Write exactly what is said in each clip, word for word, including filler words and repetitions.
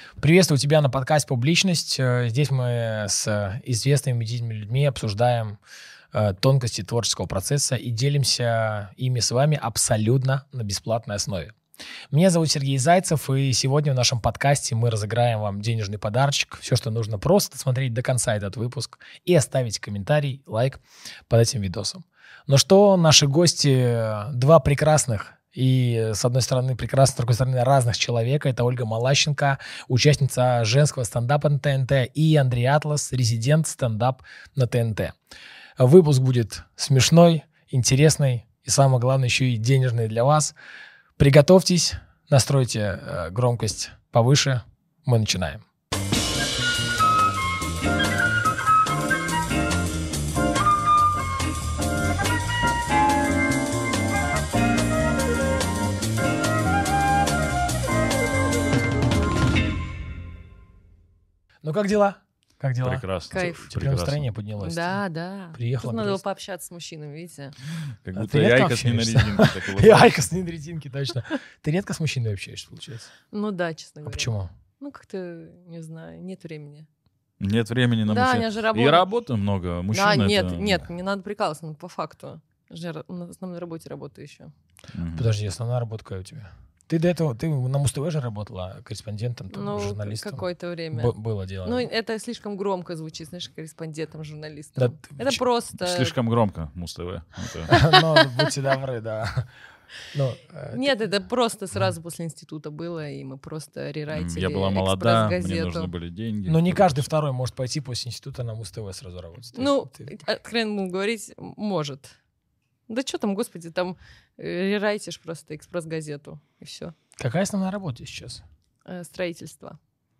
Приветствую тебя на подкасте «Публичность». Здесь мы с известными медийными людьми обсуждаем тонкости творческого процесса и делимся ими с вами абсолютно на бесплатной основе. Меня зовут Сергей Зайцев, и сегодня в нашем подкасте мы разыграем вам денежный подарочек. Все, что нужно, просто смотреть до конца этот выпуск и оставить комментарий, лайк под этим видосом. Ну что, наши гости, два прекрасных и, с одной стороны, прекрасных, с другой стороны, разных человека. Это Ольга Малащенко, участница женского стендапа на ТНТ, и Андрей Атлас, резидент стендап на ТНТ. Выпуск будет смешной, интересный и, самое главное, еще и денежный для вас. Приготовьтесь, настройте э, громкость повыше. Мы начинаем. Ну, как дела? Как дела? Прекрасно. Кайф. Теперь настроение поднялось. Да, да. Приехала. Тут надо было пообщаться с мужчинами, видите? Как А будто ты я редко Айкос не на общаешься? резинке. И Айкос не на резинке, точно. Ты редко с мужчиной общаешься, получается? Ну да, честно А говоря. почему? Ну как-то, не знаю, нет времени. Нет времени на Да, мужчин. я же И работаю. работы много. Мужчина Да, нет, это- нет, не надо прикалываться, ну по факту. Я же на основной работе работаю еще. Мгм. Подожди, основная работа какая у тебя? Ты до этого, ты на Муз-ТВ же работала корреспондентом, там, Ну, журналистом? какое-то время. Б- было дело. Ну, это слишком громко звучит, знаешь, корреспондентом, Да, журналистом. ты- Это ч- просто... Слишком громко, Муз-ТВ. Это- Ну, будьте добры, да. Ну, э, Нет, это просто сразу после института было, и мы просто рерайтили Я была молода, мне «Экспресс-газету». нужны были деньги. Но не каждый второй может пойти после института на Муз-ТВ сразу работать. То Ну, есть ты- откровенно могу говорить, может. Да что там, господи, там э, рерайтишь просто «Экспресс-газету», и все. Какая основная работа сейчас? Строительство.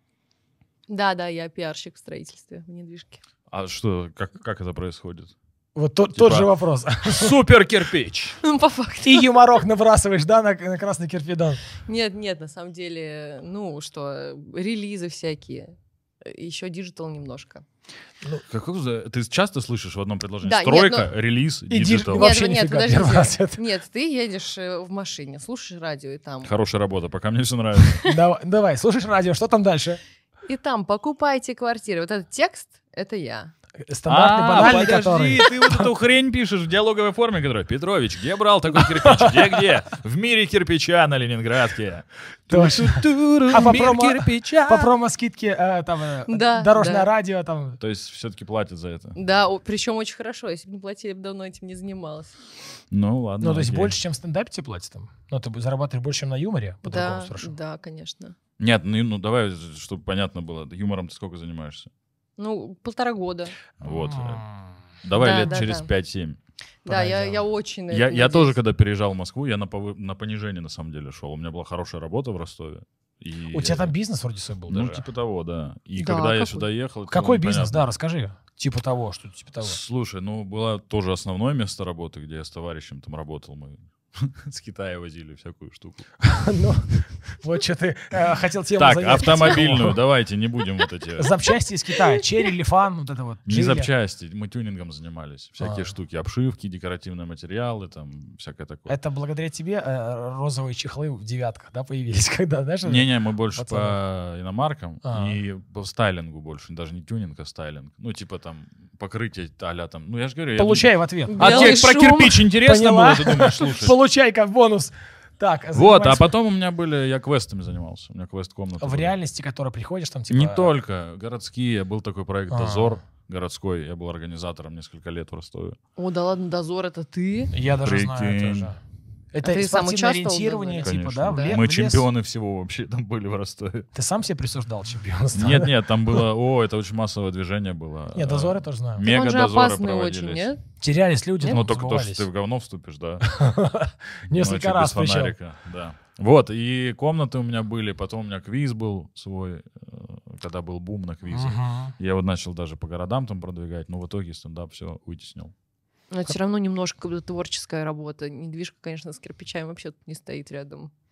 Да-да, я пиарщик в строительстве, в недвижке. А что, как, как это происходит? Вот тот, Типа- тот же вопрос. Супер кирпич! Ну, по факту. И юморок набрасываешь, да, на, на красный кирпидон? Нет, нет, на самом деле, ну что, релизы всякие. Еще диджитал немножко. Какой за- Ты часто слышишь в одном предложении? Да, нет, Стройка, релиз, И диж- диджитал. и вообще нет, нет, нифига, подождите. первый раз это. Нет, ты едешь э, в машине, слушаешь радио, и там... Хорошая работа, пока мне все нравится. Давай, давай, слушаешь радио, что там дальше? И там покупайте квартиры. Вот этот текст — это я. Стандартный, А, банальный, подожди, который... ты вот эту хрень пишешь в диалоговой форме, которая «Петрович, где брал такой кирпич? Где-где? В мире кирпича на Ленинградке». Точно. Ту-ту-ту-ру, А по мир промо- кирпича. По промо-скидке, э, там, э, Да, дорожное да. радио, там... То есть все-таки платят за это? Да, причем очень хорошо. Если бы не платили, я бы давно этим не занималась. Ну ладно. Ну, то есть окей. больше, чем в стендапе тебе платят там? Ну, ты зарабатываешь больше, чем на юморе? По-другому Да, спрошу. да, конечно. Нет, ну, ну давай, чтобы понятно было. Юмором ты сколько занимаешься? Ну, полтора года. Вот. М. Давай Да, лет да, через да. пять-семь. Да, я, Понятно. я очень на Я, это я тоже, надеюсь. когда переезжал в Москву, я на, повы- на понижение на самом деле шел. У меня была хорошая работа в Ростове. И У тебя я- там бизнес вроде свой был Ну, даже. типа того, да. И Да, когда я какой? сюда ехал... это Какой было бизнес? непонятно. Да, расскажи. Типа того, что типа того. Слушай, ну, было тоже основное место работы, где я с товарищем там работал. Мы с Китая возили всякую штуку. Ну, вот что ты э, хотел тему Так, занять. автомобильную, давайте, не будем вот эти... Запчасти из Китая. Черри, Лифан, вот это вот. Не Джили. запчасти, мы тюнингом занимались. Всякие А. штуки, обшивки, декоративные материалы, там, всякое такое. Это благодаря тебе э, розовые чехлы в девятках, да, появились, когда, знаешь? Не-не, мы больше Пацаны. по иномаркам А. и по стайлингу больше. Даже не тюнинг, а стайлинг. Ну, типа там покрытие а-ля там... Ну, я же говорю... я Получай в ответ. думаю- А Белый тебе про шум. кирпич интересно Поняла? было, ты думаешь, слушай? Получай как бонус. Так, Вот, а занимайся потом у меня были... Я квестами занимался. У меня квест-комната. в была. реальности, которой приходишь, там типа... Не только. Городские. Был такой проект А. «Дозор» городской. Я был организатором несколько лет в Ростове. О, да ладно, дозор — это ты? Я даже знаю Прикинь. тоже. Это А ты сам спортивное участвовал в ориентирование, «Дозоре»? типа, да? в Да. ле- Мы в лес. чемпионы всего вообще там были в Ростове. Ты сам себе присуждал чемпионство? Нет, нет, там было... О, это очень массовое движение было. Нет, дозоры тоже знаю. Мега Он же дозоры опасный очень, проводились. нет? Терялись люди, Ну, там только то, что забывались. ты в говно вступишь, да. Несколько Ночью раз без причем. фонарика, да. Вот, и комнаты у меня были, потом у меня квиз был свой, э, когда был бум на квизе. Мгм. Я вот начал даже по городам там продвигать, но в итоге стендап все вытеснил. Но это все равно немножко как будто творческая работа. Недвижка, конечно, с кирпичами вообще тут не стоит рядом.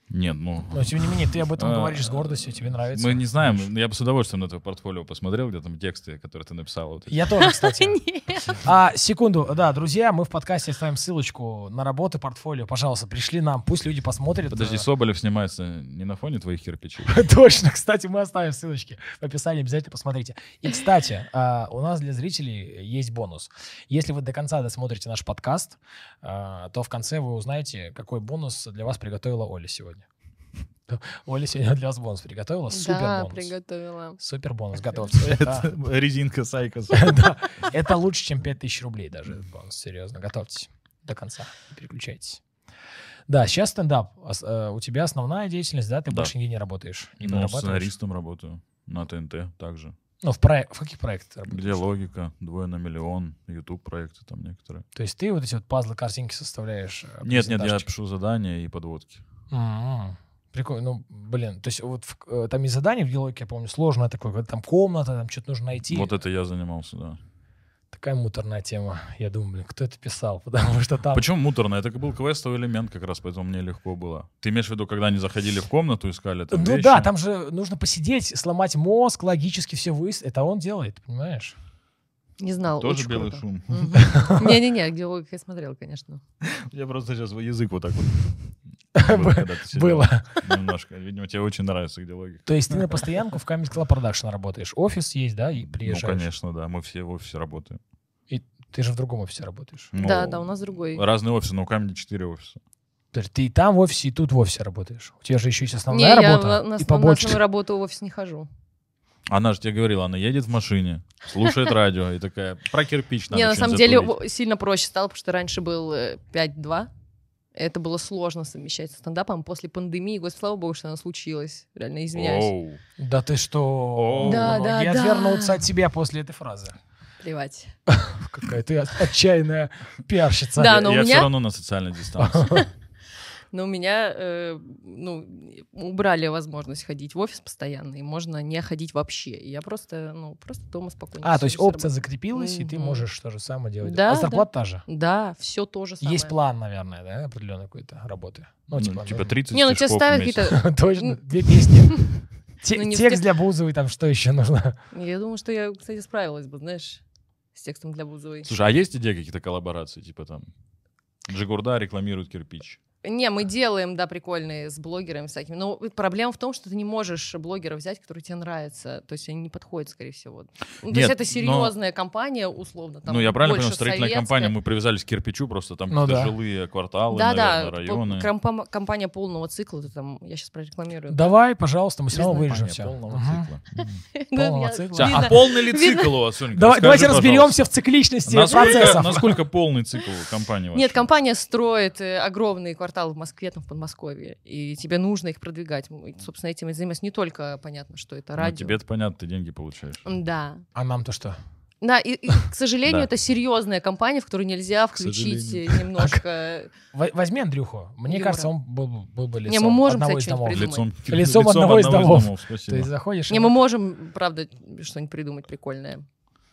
Нет, ну... Но тем не менее, ты об этом А, говоришь с гордостью, тебе нравится. Мы не знаем, я бы с удовольствием на твое портфолио посмотрел, где там тексты, которые ты написал. Вот эти. Я тоже, кстати. Нет. А, секунду, да, друзья, мы в подкасте оставим ссылочку на работы, портфолио. Пожалуйста, пришли нам, пусть люди посмотрят. Подожди, Соболев снимается не на фоне твоих кирпичей? Точно, кстати, мы оставим ссылочки в описании, обязательно посмотрите. И, кстати, а, у нас для зрителей есть бонус. Если вы до конца досмотрите наш подкаст, а, то в конце вы узнаете, какой бонус для вас приготовила Оля сегодня. Оля сегодня для вас бонус приготовила. Супер Да, бонус. приготовила. Супер бонус, готовьте. Это- Резинка Сайкос. Да, это лучше, чем пять тысяч рублей даже этот бонус, серьезно. Готовьтесь до конца, не переключайтесь. Да, сейчас стендап. Ос- э, У тебя основная деятельность, да? Ты Да. больше нигде не работаешь? Не Ну, подрабатываешь? сценаристом работаю. На ТНТ также. Ну, в, проек- в каких проектах ты работаешь? Где логика, двое на миллион, YouTube проекты там некоторые. То есть ты вот эти вот пазлы, картинки составляешь? э, Нет, нет, я презентажечки? пишу задания и подводки. М-м. Прикольно. Ну, блин, то есть вот в- э, там есть задание в диалоге, я помню, сложное такое, когда там комната, там что-то нужно найти. Вот это я занимался, да. Такая муторная тема. Я думаю, блин, кто это писал? Потому что там... Почему муторно? Это был квестовый элемент как раз, поэтому мне легко было. Ты имеешь в виду, когда они заходили в комнату, искали там Ну вещи? да, там же нужно посидеть, сломать мозг, логически все выяснить. Это он делает, понимаешь? Не знал. Тоже очень белый круто. шум. Мгм. Не-не-не, где логика я смотрел, конечно. Я просто сейчас язык вот так вот. Вот, когда ты сидел. Было. Немножко. Видимо, тебе очень нравится, где логика. То есть ты на постоянку в Comedy Club Production работаешь. Офис есть, да, и Ну, приезжаешь. конечно, да. Мы все в офисе работаем. Ты же в другом офисе работаешь. Ну, Да, да, у нас другой. Разные офисы, но у Камеди четыре офиса. То есть ты и там в офисе, и тут в офисе работаешь. У тебя же еще есть Не, основная я работа, на, на, и на побольше. основную работу в офис не хожу. Она же тебе говорила, она едет в машине, слушает радио и такая, про кирпич надо Не, на что-нибудь самом деле затулить». о- сильно проще стало, потому что раньше был э, пять-два. Это было сложно совмещать со стендапом. После пандемии, господи, слава богу, что она случилась. Реально, извиняюсь. Оу. Да ты что? О. Да, Многие да, да. отвернутся от тебя после этой фразы. Плевать. Какая ты отчаянная пиарщица. Да, Я- но у я меня- все равно на социальной дистанции. Но у меня, э, ну, убрали возможность ходить в офис постоянно, и можно не ходить вообще. И я просто, ну, просто дома спокойно. А, то есть сижу, опция работаю. закрепилась, и ты Мгм. можешь то же самое делать. Да, А зарплата та же? Да, все то же самое. Есть план, наверное, да, определенной какой-то работы. Ну, Ну, типа, Типа ну, тридцать Не, ну тебе стишков в ставят месяц. какие-то... точно, две песни. Те- Ну, не в Текст те- для Бузовой, там что еще нужно? Я думаю, что я, кстати, справилась бы, знаешь, с текстом для Бузовой. Слушай, а есть идеи каких-то коллабораций? Типа там Джигурда рекламирует кирпич. Не, мы делаем, да, прикольные с блогерами всякими. Но проблема в том, что ты не можешь блогера взять, который тебе нравится. То есть они не подходят, скорее всего. Ну, то есть Нет, это но- серьезная компания, условно. Там Ну, я правильно больше понимаю, строительная советская. компания, мы привязались к кирпичу, просто там Ну какие-то да. жилые кварталы, Да, наверное, да, районы. компа- компания полного цикла, ты там, я сейчас прорекламирую. Давай, пожалуйста, мы все равно Бизнес. вырежем Компания все. полного цикла. Ну, полного я- цикла. Всё, видно. а полный ли видно. цикл у вас, Сонька? Давай, Расскажи, давайте пожалуйста. разберемся в цикличности Насколько, процессов. насколько полный цикл компании вашей? Нет, компания строит э, огромные кварталы в Москве, там в Подмосковье, и тебе нужно их продвигать. Мы, собственно, этим и занимаемся. Не только понятно, что это Ну, радио. тебе-то понятно, ты деньги получаешь. Да. А нам-то что? Да, и, и, к сожалению, Да. это серьезная компания, в которую нельзя включить сожалению. э, немножко... Во- Возьми Андрюху. Мне Юмора. кажется, он был, был бы лицом Не, мы можем, одного кстати, из домов. что-нибудь Лицом, Лицом одного из домов. То спасибо. есть заходишь... Не, и- мы можем, правда, что-нибудь придумать прикольное.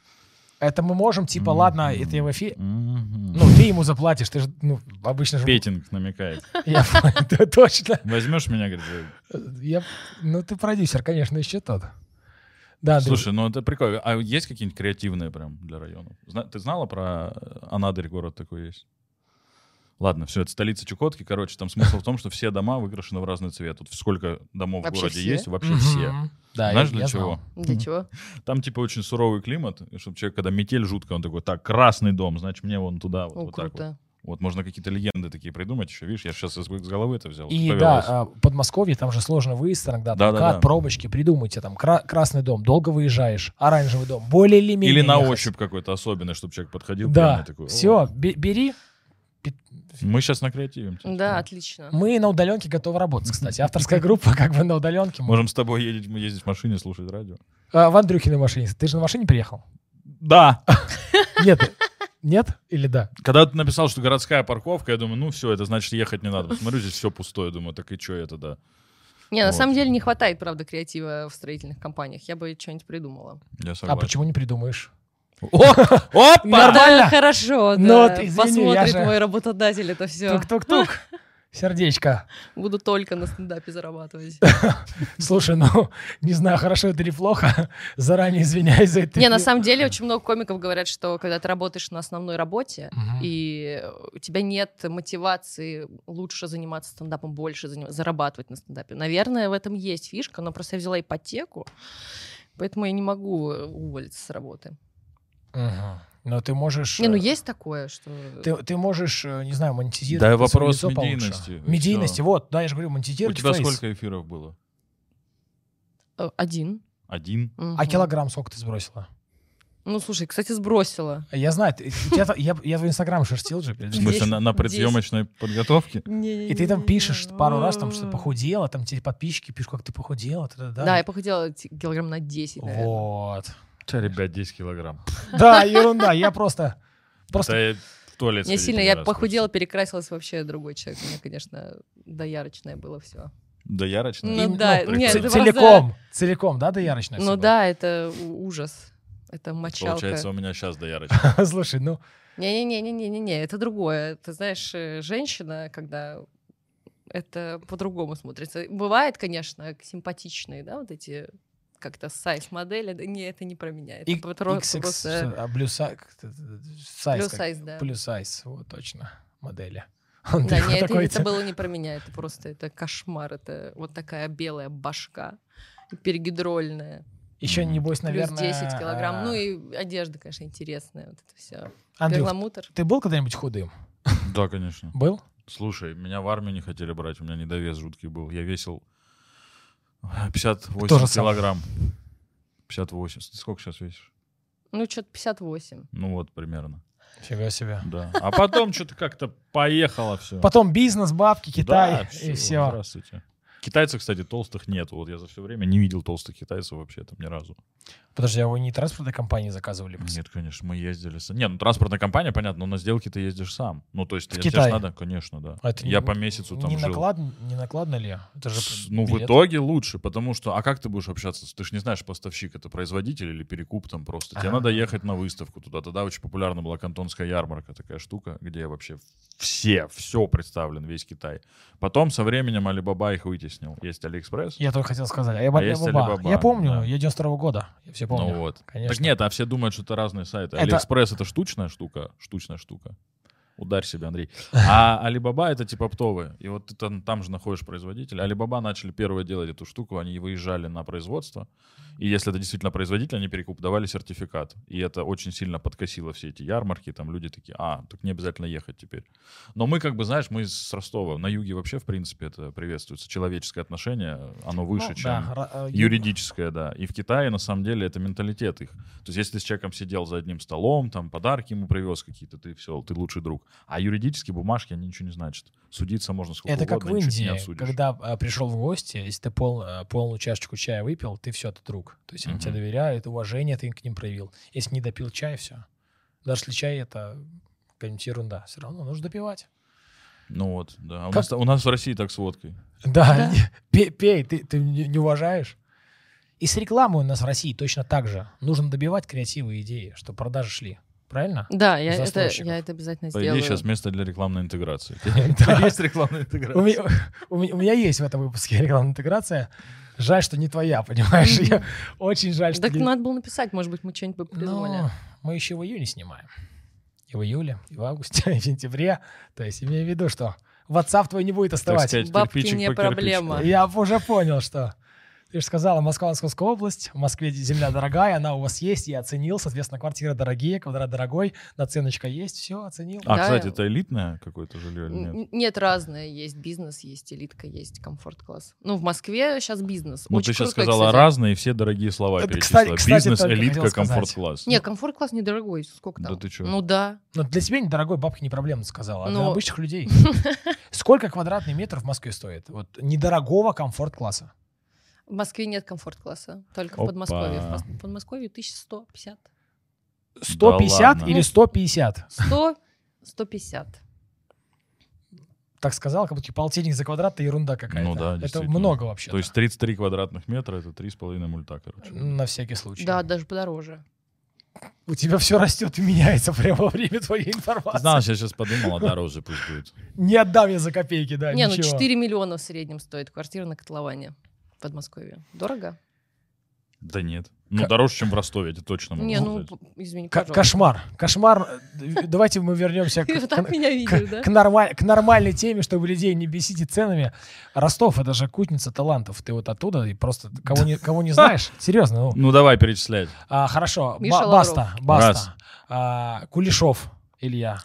Это мы можем, типа, Мгм. ладно, это я в эфире... Мгм. Ну, ты ему заплатишь, ты же, ну, обычно же... Петинг намекает. Я понял, да, точно. Возьмешь меня, говорит, Я... Ну, ты продюсер, конечно, еще тот. Да, Андрюх. слушай, ну это прикольно. А есть какие-нибудь креативные прям для районов? Зна- Ты знала про э, Анадырь, город такой есть? Ладно, все, это столица Чукотки. Короче, там смысл в том, что все дома выкрашены в разный цвет. Тут сколько домов Вообще в городе все? есть, вообще Мгм. все. Да, Знаешь, я- для я чего? знал. Для Мгм. чего? Там типа очень суровый климат, и чтобы человек, когда метель жуткая, он такой, так, красный дом, значит, мне вон туда, вот, О, вот так вот. круто. Вот, можно какие-то легенды такие придумать еще, видишь, я сейчас из, из головы это взял. И повелось. да, а, Подмосковье, там же сложно выезд иногда, Да, там да, кат, да. пробочки, придумайте, там кра- красный дом, долго выезжаешь, оранжевый дом, более или менее Или на ехать. ощупь какой-то особенный, чтобы человек подходил. Да, прямо такой, «О». все, бери. Пи- Мы сейчас накреативим. Да, отлично. Мы на удаленке готовы работать, кстати. Авторская группа как бы на удаленке. Можем с тобой ездить, мы ездить в машине, слушать радио. А, в Андрюхиной машине. Ты же на машине приехал? Да. Нет. Нет или да? Когда ты написал, что городская парковка, я думаю, ну все, это значит ехать не надо. Смотрю, здесь все пустое, думаю, так и что это, да. Не, на Вот. самом деле не хватает, правда, креатива в строительных компаниях. Я бы что-нибудь придумала. Я А согласен. почему не придумаешь? О, опа! Нормально? Да, хорошо, Ну да. вот, извини, Посмотрит я же- мой работодатель это все. Тук-тук-тук. Сердечко. Буду только на стендапе зарабатывать. Слушай, ну, не знаю, хорошо это или плохо. Заранее извиняюсь за это. Не, на самом деле очень много комиков говорят, что когда ты работаешь на основной работе, Мгм. и у тебя нет мотивации лучше заниматься стендапом, больше заним- зарабатывать на стендапе. Наверное, в этом есть фишка, но просто я взяла ипотеку, поэтому я не могу уволиться с работы. Мгм. Но ты можешь... Не, ну э, есть такое, что... Ты, ты можешь, э, не знаю, монетизировать Да, это своё вопрос лицо получше. медийности, и Медийности, всё. вот, да, я же говорю, У монетизировать тебя фейс. сколько эфиров было? Э, Один. Один? А Мгм. килограмм сколько ты сбросила? Ну, слушай, кстати, сбросила. Я знаю, ты- у тебя та- я, я в Инстаграм шерстил же. В смысле, на, на Десять. предсъемочной подготовке? И ты там пишешь пару раз, там, что ты похудела, там тебе подписчики пишут, как ты похудела. та-та-та. Да, я похудела т- килограмм на десять, наверное. Вот. У тебя, ребят, десять килограмм. Да, ерунда, я просто... Просто Это я в туалет Не сходить сильно, один я раз похудела, перекрасилась вообще другой человек. У меня, конечно, доярочное было все. просто. Да, ярочно. Ну им- да, ну, нет, ц- это просто- целиком, целиком, да, доярочная Ну всё было? да, это у- ужас. Это мочалка. Получается, у меня сейчас доярочно. Слушай, ну, Не-не-не-не-не-не, это другое. Ты знаешь, э, женщина, когда это по-другому смотрится. Бывает, конечно, симпатичные, да, вот эти как-то сайз-модели. Да, не, это не про меня. Это и- потро- икс икс, просто а blue size, как это, size, плюс как- сайз, да. Plus size, вот точно, модели. Да, Андрюха не, это, такой, это было не про меня, это просто это кошмар. Это вот такая белая башка, пергидрольная. Еще, небось, Плюс наверное... десять килограмм. а, Ну и одежда, конечно, интересная. Вот это все. Андрюх, Перламутр. ты был когда-нибудь худым? Да, конечно. Был? Слушай, меня в армию не хотели брать, у меня недовес жуткий был. Я весил пятьдесят То восемь же самое. килограмм. пятьдесят восемь. Ты сколько сейчас весишь? Ну, что-то пятьдесят восемь. Ну вот, примерно. Фига себе. Да. А потом что-то как-то поехало все. Потом бизнес, бабки, Китай и все. Здравствуйте. Китайцев, кстати, толстых нету. Вот я за все время не видел толстых китайцев вообще там ни разу. Подожди, а вы не транспортной компании заказывали? Нет, конечно, мы ездили. с- Не, ну транспортная компания, понятно, но на сделки ты ездишь сам. Ну, то есть, В я- тебе ж Китае? надо, конечно, да. А это Я не- по месяцу там не жил. наклад, не накладно ли? Это же С- Ну, в билет. итоге лучше, потому что... А как ты будешь общаться? Ты же не знаешь, поставщик это производитель или перекуп там просто. Тебе А. надо ехать на выставку туда. Тогда очень популярна была Кантонская ярмарка, такая штука, где вообще все, все представлен, весь Китай. Потом со временем Алибаба их вытеснил. Есть Алиэкспресс. Я только хотел сказать. А я, А я есть Баба. Алибаба, Я помню, да. я девяносто второго года. Я все помню. Ну вот. Конечно. Так нет, а все думают, что это разные сайты. Это- Алиэкспресс — это штучная штука, штучная штука. Ударь себя, Андрей. А Алибаба — это типа оптовые. И вот ты там, там же находишь производителя. Алибаба начали первые делать эту штуку, они выезжали на производство. И если это действительно производитель, они перекуп давали сертификат. И это очень сильно подкосило все эти ярмарки. Там люди такие, а, так не обязательно ехать теперь. Но мы как бы, знаешь, мы с Ростова. На юге вообще, в принципе, это приветствуется. Человеческое отношение, оно выше, Ну, чем... да, ра- э, Юридическое, да. И в Китае, на самом деле, это менталитет их. То есть, если ты с человеком сидел за одним столом, там, подарки ему привез какие-то, ты все, ты лучший друг. А юридические бумажки, они ничего не значат. Судиться можно сколько Это как угодно, в ничего не Индии, обсудишь. когда а, пришел в гости, если ты пол, а, полную чашечку чая выпил, ты все, ты друг. То есть они Мгм. тебе доверяют, уважение ты к ним проявил. Если не допил чай, все. Даже если чай это какая-нибудь ерунда, все равно нужно допивать. Ну вот, да. У Как- нас, у нас в России так с водкой. Да, пей, пей, ты, ты не, не уважаешь. И с рекламой у нас в России точно так же. Нужно добивать креативы и идеи, чтобы продажи шли. Правильно? Да, я это, Застройщиков. я это обязательно По идее, сделаю. сейчас место для рекламной интеграции. Да. Есть рекламная У интеграция. меня, у меня- у меня есть в этом выпуске рекламная интеграция. Жаль, что не твоя, понимаешь? Я очень жаль, что Так не- надо было написать, может быть, мы что-нибудь бы придумали. Но мы еще в июне снимаем. И в июле, и в августе, и в сентябре. То есть имею в виду, что WhatsApp твой не будет Так оставать. сказать, Бабки кирпичик не по проблема. кирпичику. Я уже понял, что... Ты же сказала, Москва, Московская область, в Москве земля дорогая, она у вас есть, я оценил, соответственно, квартиры дорогие, квадрат дорогой, наценочка есть, все, оценил. А, Да. кстати, это элитное какое-то жилье или нет? Н- Нет, разное. Есть бизнес, есть элитка, есть комфорт-класс. Ну, в Москве сейчас бизнес. Ну, Очень ты сейчас крутой, сказала кстати. разные, все дорогие слова Это, перечислила. кстати- кстати, Бизнес, только элитка, хотел сказать. комфорт-класс. Не, комфорт-класс недорогой. Сколько там? Да ты чё? Ну да. Но для тебя недорогой бабки не проблема, сказала, а для Ну. обычных людей. Сколько квадратный метр в Москве стоит? Вот недорогого комфорт-класса. В Москве нет комфорт-класса, только Опа. в Подмосковье. В Пос- в Подмосковье тысяча сто пятьдесят. сто пятьдесят ладно. или сто пятьдесят? сто, сто пятьдесят. Так сказал, как будто полтинник за квадрат — это ерунда какая-то. Ну да, это действительно. много вообще. То есть тридцать три квадратных метра — это три с половиной мульта, короче. На всякий случай. Да, даже подороже. У тебя все растет и меняется прямо во время твоей информации. Ты знаешь, я сейчас подумал, а дороже пусть будет. Не отдам я за копейки, да, Не, ну ничего. четыре миллиона в среднем стоит квартира на котловане в Подмосковье. Дорого? Да нет. Ну, Ка- дороже, чем в Ростове, это точно могу Не, ну, сказать. п- извини, К- пожалуйста. Кошмар. Кошмар. Э, Давайте мы вернемся Ты к, вот так к- меня видишь, к- да? к нормаль- к нормальной теме, чтобы людей не бесите ценами. Ростов — это же кузница талантов. Ты вот оттуда и просто кого не, кого не знаешь. Серьезно. Ну. Ну, давай перечислять. А, хорошо. Миша Ба- Лавров. Баста. Баста. Раз. А, Кулешов Илья.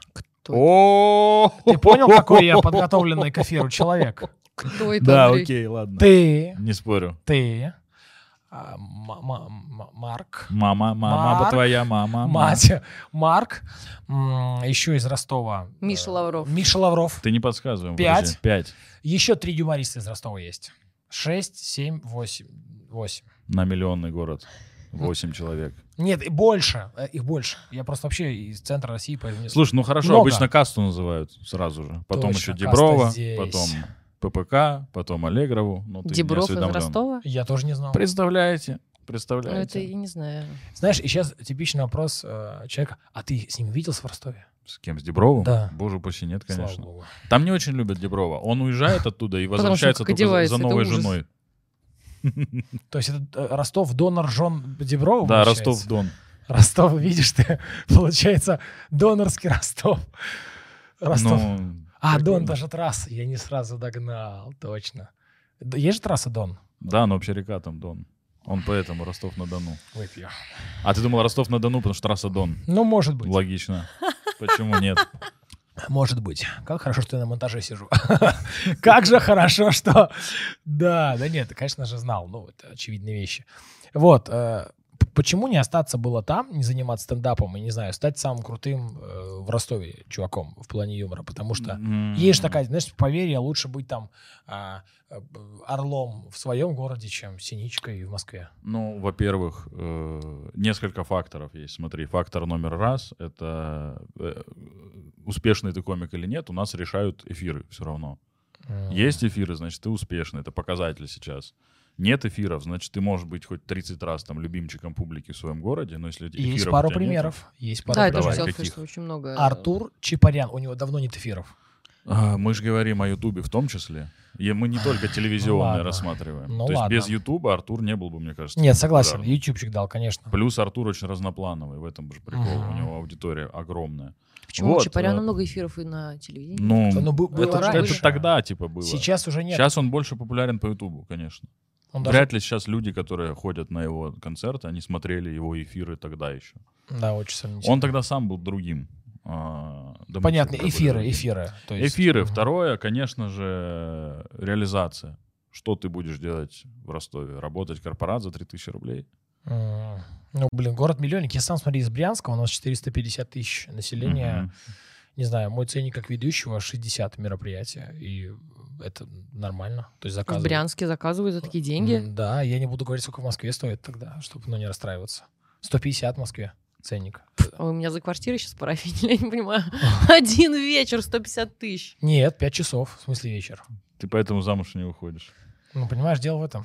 О, Ты понял, какой я подготовленный к эфиру человек? Кто это, Да, Андрей? окей, ладно. Ты. Не спорю. Ты. а, ма- ма- ма- Марк. Мама, мама, Марк. твоя мама. Мать. Марк. М, Еще из Ростова. Миша э, Лавров. Миша Лавров. Ты не подсказывай. Пять. подожди. Пять. Еще три юмориста из Ростова есть. Шесть, семь, восемь. Восемь. На миллионный город. Восемь человек. Нет, и больше. э, Их больше. Я просто вообще из центра России, поэтому... не- Слушай, ну хорошо, Много. обычно касту называют сразу же. Потом Точно, еще каста Деброва, здесь. потом ППК, потом Аллегрову. Ну, ты не Дебров из осведомлен. Ростова? Я тоже не знал. Представляете? Ну, это Представляете? я не знаю. Знаешь, и сейчас типичный вопрос э, человека. А ты с ним виделся в Ростове? С кем? С Дебровым? Да. Боже упаси, нет, Слава конечно. богу. Там не очень любят Деброва. Он уезжает оттуда и Потому что возвращается как только за- одевается, за это новой ужас. женой. То есть это э, Ростов, донор жен Деброва? Да, получается? Ростов-Дон. Ростов, видишь ты, получается, донорский Ростов. Ростов. Ну, а, прикольно. Дон даже трасса, я не сразу догнал, точно. Д- Есть же трасса Дон? Да, но вообще река там Дон. Он поэтому Ростов-на-Дону. Выпью. А ты думал Ростов-на-Дону, потому что трасса Дон? Ну, может быть. Логично. Почему нет? Может быть. Как хорошо, что я на монтаже сижу. Как же хорошо, что... Да, да нет, конечно же знал. Ну, это очевидные вещи. Вот. э, п- Почему не остаться было там, не заниматься стендапом и, не знаю, стать самым крутым э, в Ростове чуваком в плане юмора? Потому что есть же такая, знаешь, поверье, лучше быть там а, э, б- орлом в своем городе, чем синичкой в Москве. Ну, во-первых, э, несколько факторов есть. Смотри, фактор номер раз — это э, успешный ты комик или нет, у нас решают эфиры все равно. М. Есть эфиры, значит, ты успешный, это показатель сейчас. Нет эфиров, значит, ты можешь быть хоть тридцать раз там любимчиком публики в своем городе, но если И Есть эфиров пару у тебя нет- примеров. Есть пару Да, я примеров. тоже Давай, хотела сказать, каких? что очень много... Артур Чапарян, у него давно нет эфиров. А, мы же говорим о Ютубе в том числе. И мы не только телевизионные ладно. рассматриваем. Ну То есть ладно. без Ютуба Артур не был бы, мне кажется. Нет, согласен, популярным. ютубчик дал, конечно. Плюс Артур очень разноплановый, в этом же прикол. Мгм. У него аудитория огромная. Почему Вот, у Чапаряна э, много эфиров и на телевидении? Ну, Ну, бу- было это, раньше. это тогда типа было. Сейчас уже нет. Сейчас он больше популярен по Ютубу, конечно. Он даже- Вряд ли сейчас люди, которые ходят на его концерты, они смотрели его эфиры тогда еще. Да, очень сильно. Он тогда сам был другим. А, да мы Понятно, всегда были эфиры, другими. эфиры. То есть, Эфиры. мгм. Второе, конечно же, реализация. Что ты будешь делать в Ростове? Работать корпорат за три тысячи рублей? М. Ну, блин, город-миллионник. Я сам, смотри, из Брянска, у нас четыреста пятьдесят тысяч населения. Мгм. Не знаю, мой ценник как ведущего шестьдесят мероприятия. И это нормально. То есть В заказывают. Брянске заказывают за такие деньги? М, Да, я не буду говорить, сколько в Москве стоит тогда, чтобы ну, не расстраиваться. сто пятьдесят в Москве ценник. А вы меня за квартиры сейчас парафинили, я не понимаю. Один вечер, сто пятьдесят тысяч. Нет, пять часов, в смысле вечер. Ты поэтому замуж не выходишь. Ну, понимаешь, дело в этом.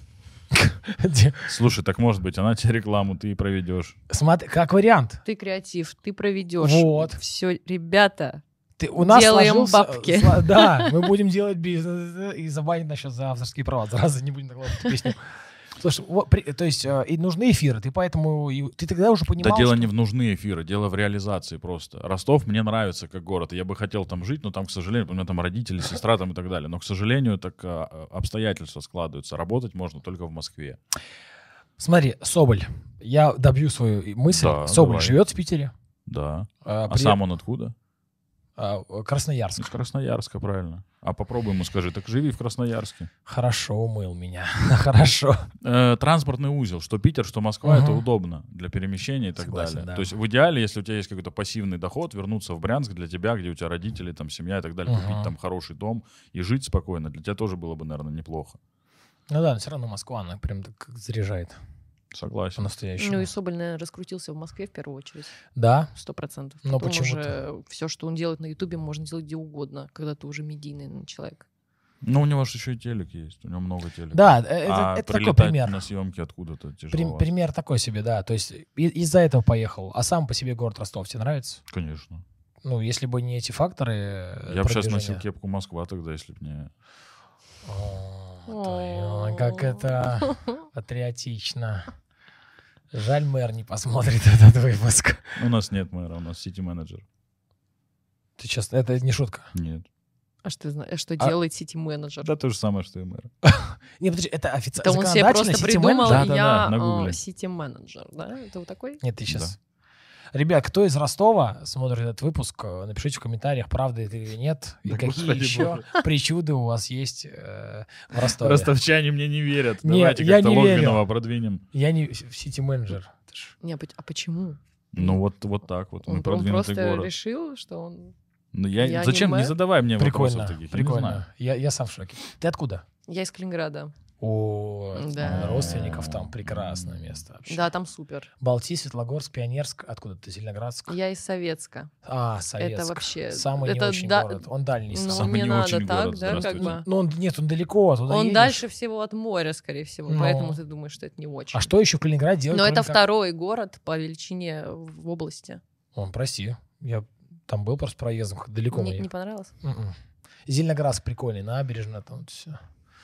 Слушай, так может быть, она тебе рекламу, ты и проведешь. Смотри, как вариант. Ты креатив, ты проведешь. Вот. Все, ребята, Ты, у нас Делаем сложился- бабки. сла- Да, мы будем делать бизнес и забанить насчет за авторские права. Зараза, не будем накладывать эту песню. Слушай, вот, при- то есть э, и нужны эфиры, ты поэтому... и- Ты тогда уже понимал, Да дело что- не в нужны эфиры, дело в реализации просто. Ростов мне нравится как город, и я бы хотел там жить, но там, к сожалению, у меня там родители, сестра там и так далее. Но, к сожалению, так а, обстоятельства складываются. Работать можно только в Москве. Смотри, Соболь, я добью свою мысль. Да, Соболь давай. живет в Питере. Да. а, А при- сам он откуда? а, Красноярск. Из Красноярска, правильно. А попробуй ему скажи, так живи в Красноярске. Хорошо умыл меня. Хорошо. Э, транспортный узел, что Питер, что Москва, это Мгм. удобно для перемещения и так Согласен, далее. да. То есть в идеале, если у тебя есть какой-то пассивный доход, вернуться в Брянск для тебя, где у тебя родители, там семья и так далее, Мгм. купить там хороший дом и жить спокойно, для тебя тоже было бы, наверное, неплохо. Ну да, но все равно Москва, она прям так заряжает Согласен. по-настоящему. ну и Соболь, наверное, раскрутился в Москве в первую очередь. Да, Сто процентов. Но Потом почему-то. уже все, что он делает на Ютубе, можно делать где угодно, когда ты уже медийный человек. Ну, у него же еще и телек есть, у него много телека. Да, это, а это такой прилетать пример. на съемки откуда-то Прим- тяжело. пример такой себе, да. То есть и- из-за этого поехал. А сам по себе город Ростов тебе нравится? Конечно. Ну, если бы не эти факторы Я бы сейчас продвижения. носил кепку Москва тогда, если бы не... О, твою, как это патриотично. Жаль, мэр не посмотрит этот выпуск. У нас нет мэра, у нас сити-менеджер. Ты сейчас, это не шутка. Нет. А что, зна- а что А- делает сити-менеджер? Да то же самое, что и мэр. Не, подожди, это Это официально. он себе просто придумал, Да, да, я да, на гугле. э, сити-менеджер, да? Это вот такой? Нет, ты сейчас... Ребят, кто из Ростова смотрит этот выпуск, э, напишите в комментариях, правда это или нет, и Да, какие господи еще боже. причуды у вас есть э, в Ростове. Ростовчане мне не верят. Нет, Давайте я как-то не верю. Логвинова продвинем. Я не сити-менеджер. Ты ж- Не, а поч- а почему? Ну вот, вот так вот. Мы Он, он продвинутый просто город. решил, что он... Ну, я, Я не зачем? Не, мэр. задавай мне Прикольно, вопросов таких. Я не знаю. прикольно. Я, я сам в шоке. Ты откуда? Я из Калининграда. О, Да. родственников там прекрасное место вообще. Да, там супер. Балти, Светлогорск, Пионерск, откуда ты? Зеленоградск? Я из Советска. А, Советск. Это вообще... Самый не это очень да- город. Он дальний. Ну, Самый не, не надо очень так, город, да, как здравствуйте. бы. Ну, он, нет, он далеко. Туда Он едешь. дальше всего от моря, скорее всего, Ну. поэтому ты думаешь, что это не очень. А что еще в Калининграде делать? Но это кроме как- второй город по величине в области. О, прости. Я там был просто проездом, далеко Не, мне. не понравилось? М-м. Зеленоградск прикольный, набережная, там все.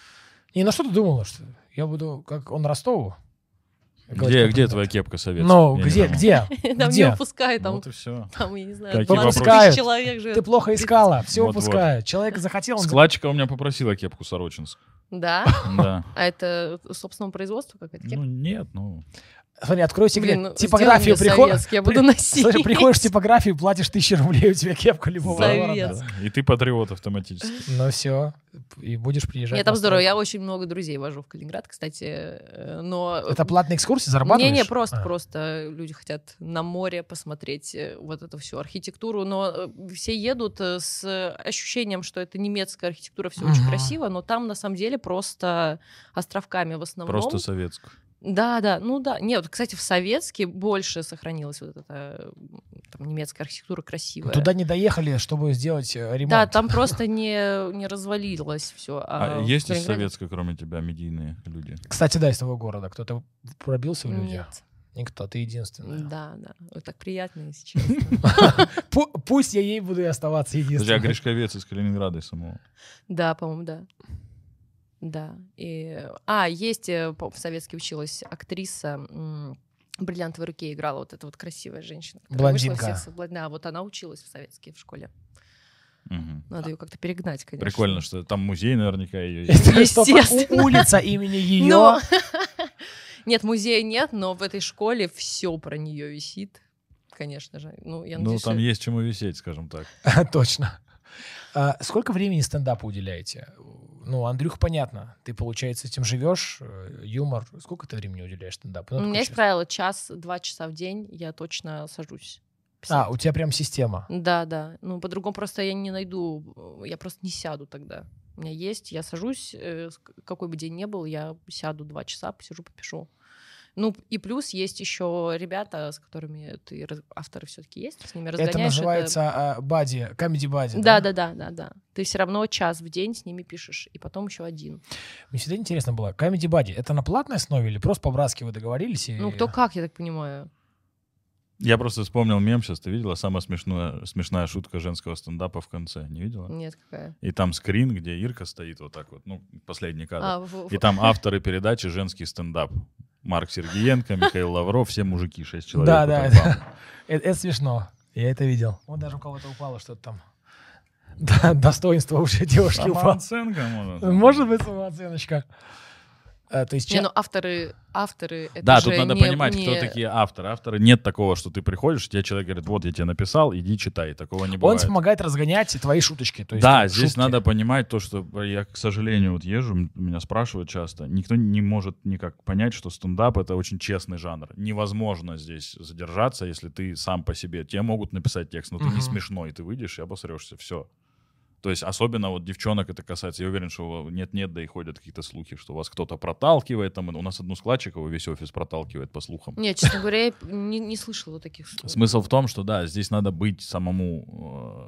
Не, ну что ты думала, что я буду, как он Ростову? Где, Говорить где комплимент. твоя кепка советская? Ну, Я не где, пойму. где? Там Где? не упускай, там, Вот и все. там, я не знаю, Какие двадцать вопросы? тысяч человек живет. Ты плохо искала, все Вот-вот. выпускают. Человек захотел, он... Складчика у меня попросила кепку Сорочинск. Да? Да. А это собственного производства какая-то Ну, кепка? нет, ну... Смотри, открой секрет. Блин, ну, Типографию сделай мне приходишь... советский, я буду носить. Слушай, приходишь в типографию, платишь тысячу рублей, у тебя кепка любого Совет. города. И ты патриот автоматически. Ну все, и будешь приезжать. Нет, там на здорово. стройку. Я очень много друзей вожу в Калининград, кстати. э, Но... Это платные экскурсии, зарабатываешь? Не-не, просто, А. просто люди хотят на море посмотреть э, вот эту всю архитектуру, но э, все едут э, с ощущением, что это немецкая архитектура, все очень Мгм. красиво, но там на самом деле просто островками в основном. Просто советск. Да, да, ну да. Нет, кстати, в Советске больше сохранилась вот эта э, там, немецкая архитектура красивая. Туда не доехали, чтобы сделать э, ремонт. Да, там просто не, не развалилось все. А есть из Советска, кроме тебя, медийные люди? Кстати, да, из того города. Кто-то пробился в люди? Нет. Никто, ты единственная. Да, да. Вот так приятно, если честно. Пу- Пусть я ей буду и оставаться Подожди, а единственной. Гришковец из Калининграда и самого. Да, по-моему, да. Да. И... А, есть, э, по- в Советске училась актриса, м, в «Бриллиантовой руке» играла вот эта вот красивая женщина. которая вышла Блондинка. всех со- бла- Да, вот она училась в Советске в школе. Мгм. Надо ее как-то перегнать, конечно. Прикольно, что там музей наверняка ее есть. Это что, Естественно. у- улица имени ее. Но... Нет, музея нет, но в этой школе все про нее висит, конечно же. Ну, я Ну, надеюсь, там что- есть чему висеть, скажем так. Точно. А сколько времени стендапу уделяете? Ну, Андрюх, понятно. Ты, получается, этим живешь, э, юмор. Сколько ты времени уделяешь стендапу? Ну, У меня такой есть щас- правило, час-два часа в день я точно сажусь. А, писать. у тебя прям система. Да, да. Ну, по-другому просто я не найду, э, я просто не сяду тогда. У меня есть, я сажусь, э, с- какой бы день ни был, я сяду два часа, посижу, попишу. Ну, и плюс есть еще ребята, с которыми ты, раз- авторы все-таки есть, с ними Это разгоняешь. называется а, бади, комеди бади. Да, да, да, да, да. Ты все равно час в день с ними пишешь, и потом еще один. Мне всегда интересно было, комеди бади, это на платной основе или просто по-братски вы договорились? И... Ну, кто как, я так понимаю. Я просто вспомнил мем сейчас, ты видела? Самая смешная, смешная шутка женского стендапа в конце, не видела? Нет, какая. И там скрин, где Ирка стоит вот так вот, ну, последний кадр. А, в- в- И там авторы передачи «Женский стендап». Марк Сергиенко, Михаил Лавров, все мужики, шесть человек. Да, вот да, так, это, бам. это, это смешно. Я это видел. Вот даже у кого-то упало что-то там. Да, достоинство уже девушки упало. Самооценка, может. Может быть, самооценочка. А, то есть, Не, ча- ну авторы, авторы, это Да, же тут надо не- понимать, не- кто такие авторы. Авторы нет такого, что ты приходишь, тебе человек говорит, вот я тебе написал, иди читай. Такого не он бывает. помогает разгонять твои шуточки. То есть, Да, ну, здесь шутки. надо понимать то, что я, к сожалению, вот езжу, м- меня спрашивают часто, никто не может никак понять, что стендап — это очень честный жанр. Невозможно здесь задержаться, если ты сам по себе. Тебе могут написать текст, но ты Мгм. не смешной, ты выйдешь и обосрешься, все. То есть особенно вот девчонок это касается. Я уверен, что нет-нет, да и ходят какие-то слухи, что вас кто-то проталкивает. Там, у нас одну складчикову весь офис проталкивает, по слухам. Нет, честно говоря, я не, не слышала таких слов. Смысл в том, что да, здесь надо быть самому э,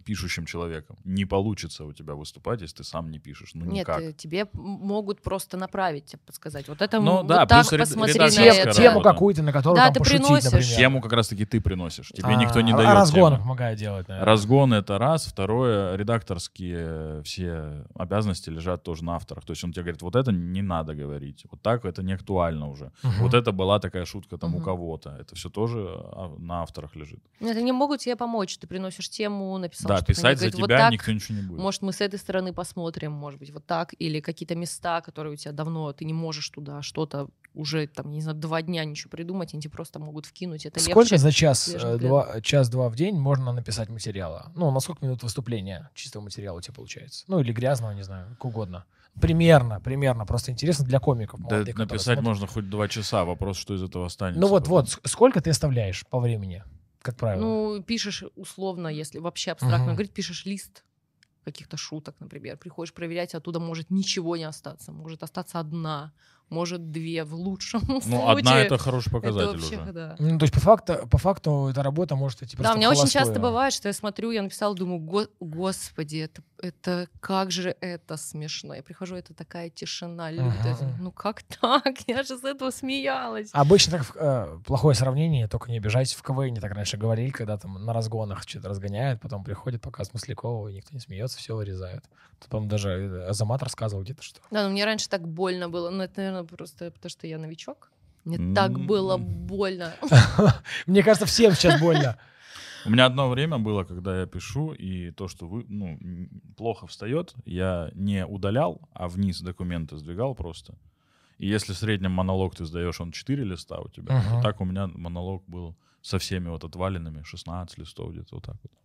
пишущим человеком. Не получится у тебя выступать, если ты сам не пишешь. Ну, Нет, никак. э, тебе могут просто направить, тебе подсказать. Вот это Ну м, да, вот так плюс ред- посмотри на редакторская это. работа. Тему какую-то, на которую Да, там ты пошутить, приносишь. например. Тему как раз-таки ты приносишь. Тебе А, никто не а дает разгоны тему. помогает делать, наверное. Разгон — это раз. Второе, редакторские все обязанности лежат тоже на авторах. То есть он тебе говорит, вот это не надо говорить. Вот так это не актуально уже. Мгм. Вот это была такая шутка там у Мгм. кого-то. Это все тоже а, на авторах лежит. Нет, они могут тебе помочь. Ты приносишь тему, написал Да, что-то. они писать за говорят, вот тебя так, никто ничего не будет. может, мы с этой стороны посмотрим, может быть, вот так. Или какие-то места, которые у тебя давно, ты не можешь туда что-то уже, там, не знаю, два дня ничего придумать, они тебе просто могут вкинуть. Это Сколько легче. за час, свежим э, взглядом. два, час-два в день можно написать материала? Ну, на сколько минут выступления чистого материала у тебя получается? Ну, или грязного, не знаю, как угодно. Примерно, примерно. Просто интересно для комиков. Да, молодых, которые написать смотрят. можно хоть два часа. Вопрос, что из этого останется. Ну, вот, потом. вот. с- Сколько ты оставляешь по времени, как правило? Ну, пишешь условно, если вообще абстрактно Мгм. говорить, пишешь лист каких-то шуток, например. Приходишь проверять, оттуда может ничего не остаться. Может остаться одна, может две в лучшем Ну, случае. одна — это хороший показатель вообще, уже. да. Ну, то есть, по факту, по факту эта работа может идти просто Да, у меня в очень часто холостую. бывает, что я смотрю, я написала, думаю, «Го- господи, это, это как же это смешно. Я прихожу, это такая тишина лютая. Ага. Ну как так? Я же с этого смеялась. Обычно так э, плохое сравнение, только не обижайтесь. В КВН так раньше говорили, когда там на разгонах что-то разгоняют, потом приходит показ Маслякова, и никто не смеется, все вырезают. Тут, по-моему, даже э, Азамат рассказывал где-то, что... Да, но мне раньше так больно было. Ну, это, наверное, просто потому, что я новичок. Мне М. так было больно. Мне кажется, всем сейчас больно. У меня одно время было, когда я пишу, и то, что вы, ну, м, плохо встает, я не удалял, а вниз документы сдвигал просто. И если в среднем монолог ты сдаешь, он четыре листа у тебя, Ага. то так у меня монолог был со всеми вот отваленными, шестнадцать листов где-то вот так вот.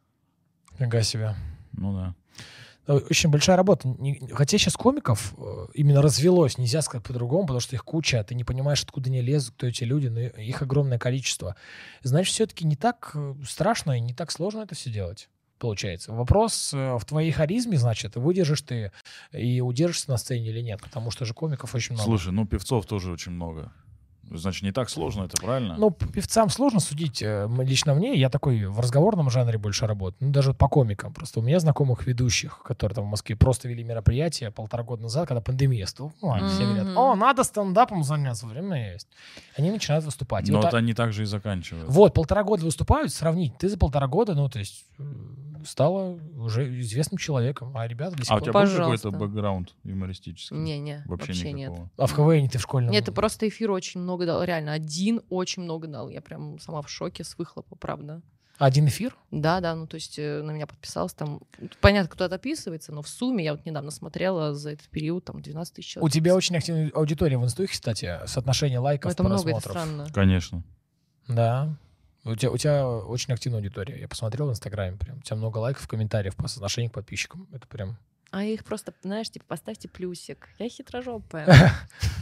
Нифига себе. Ну да. Э, Очень большая работа. Не- Хотя сейчас комиков э, именно развелось, нельзя сказать по-другому, потому что их куча, ты не понимаешь, откуда они лезут, кто эти люди, но их огромное количество. Значит, все-таки не так э, страшно и не так сложно это все делать, получается. Вопрос э, в твоей харизме, значит, выдержишь ты и удержишься на сцене или нет, потому что же комиков очень много. Слушай, ну певцов тоже очень много. Значит, не так сложно, это правильно? Ну, п- певцам сложно судить. э, м- Лично мне, я такой в разговорном жанре больше работаю. Ну, даже вот по комикам. Просто у меня знакомых ведущих, которые там в Москве просто вели мероприятие полтора года назад, когда пандемия стала. Ну, они все говорят, Мгм. о, надо стендапом заняться, время есть. Они начинают выступать. И Но вот, вот а- они так же и заканчивают. вот, полтора года выступают, сравнить. Ты за полтора года, ну, то есть, э, стала уже известным человеком, а ребята до сих А у пор... тебя был Пожалуйста. какой-то бэкграунд юмористический? Не-не, Вообще, вообще нет. никакого. А в КВН ты в школьном... Нет, ты просто эфир очень много дал. Реально, один очень много дал. Я прям сама в шоке с выхлопа, правда. Один эфир? Да, да, ну то есть э, на меня подписалось там... Понятно, кто-то отписывается, но в сумме я вот недавно смотрела за этот период там двенадцать тысяч человек. У тебя очень активная аудитория в инстухе, кстати, соотношение Ну, лайков, это много, это просмотров. странно. Конечно. Да. У тебя, у тебя очень активная аудитория. Я посмотрел в Инстаграме прям. У тебя много лайков, комментариев по соотношению к подписчикам. Это прям... А их просто, знаешь, типа, поставьте плюсик. Я хитрожопая.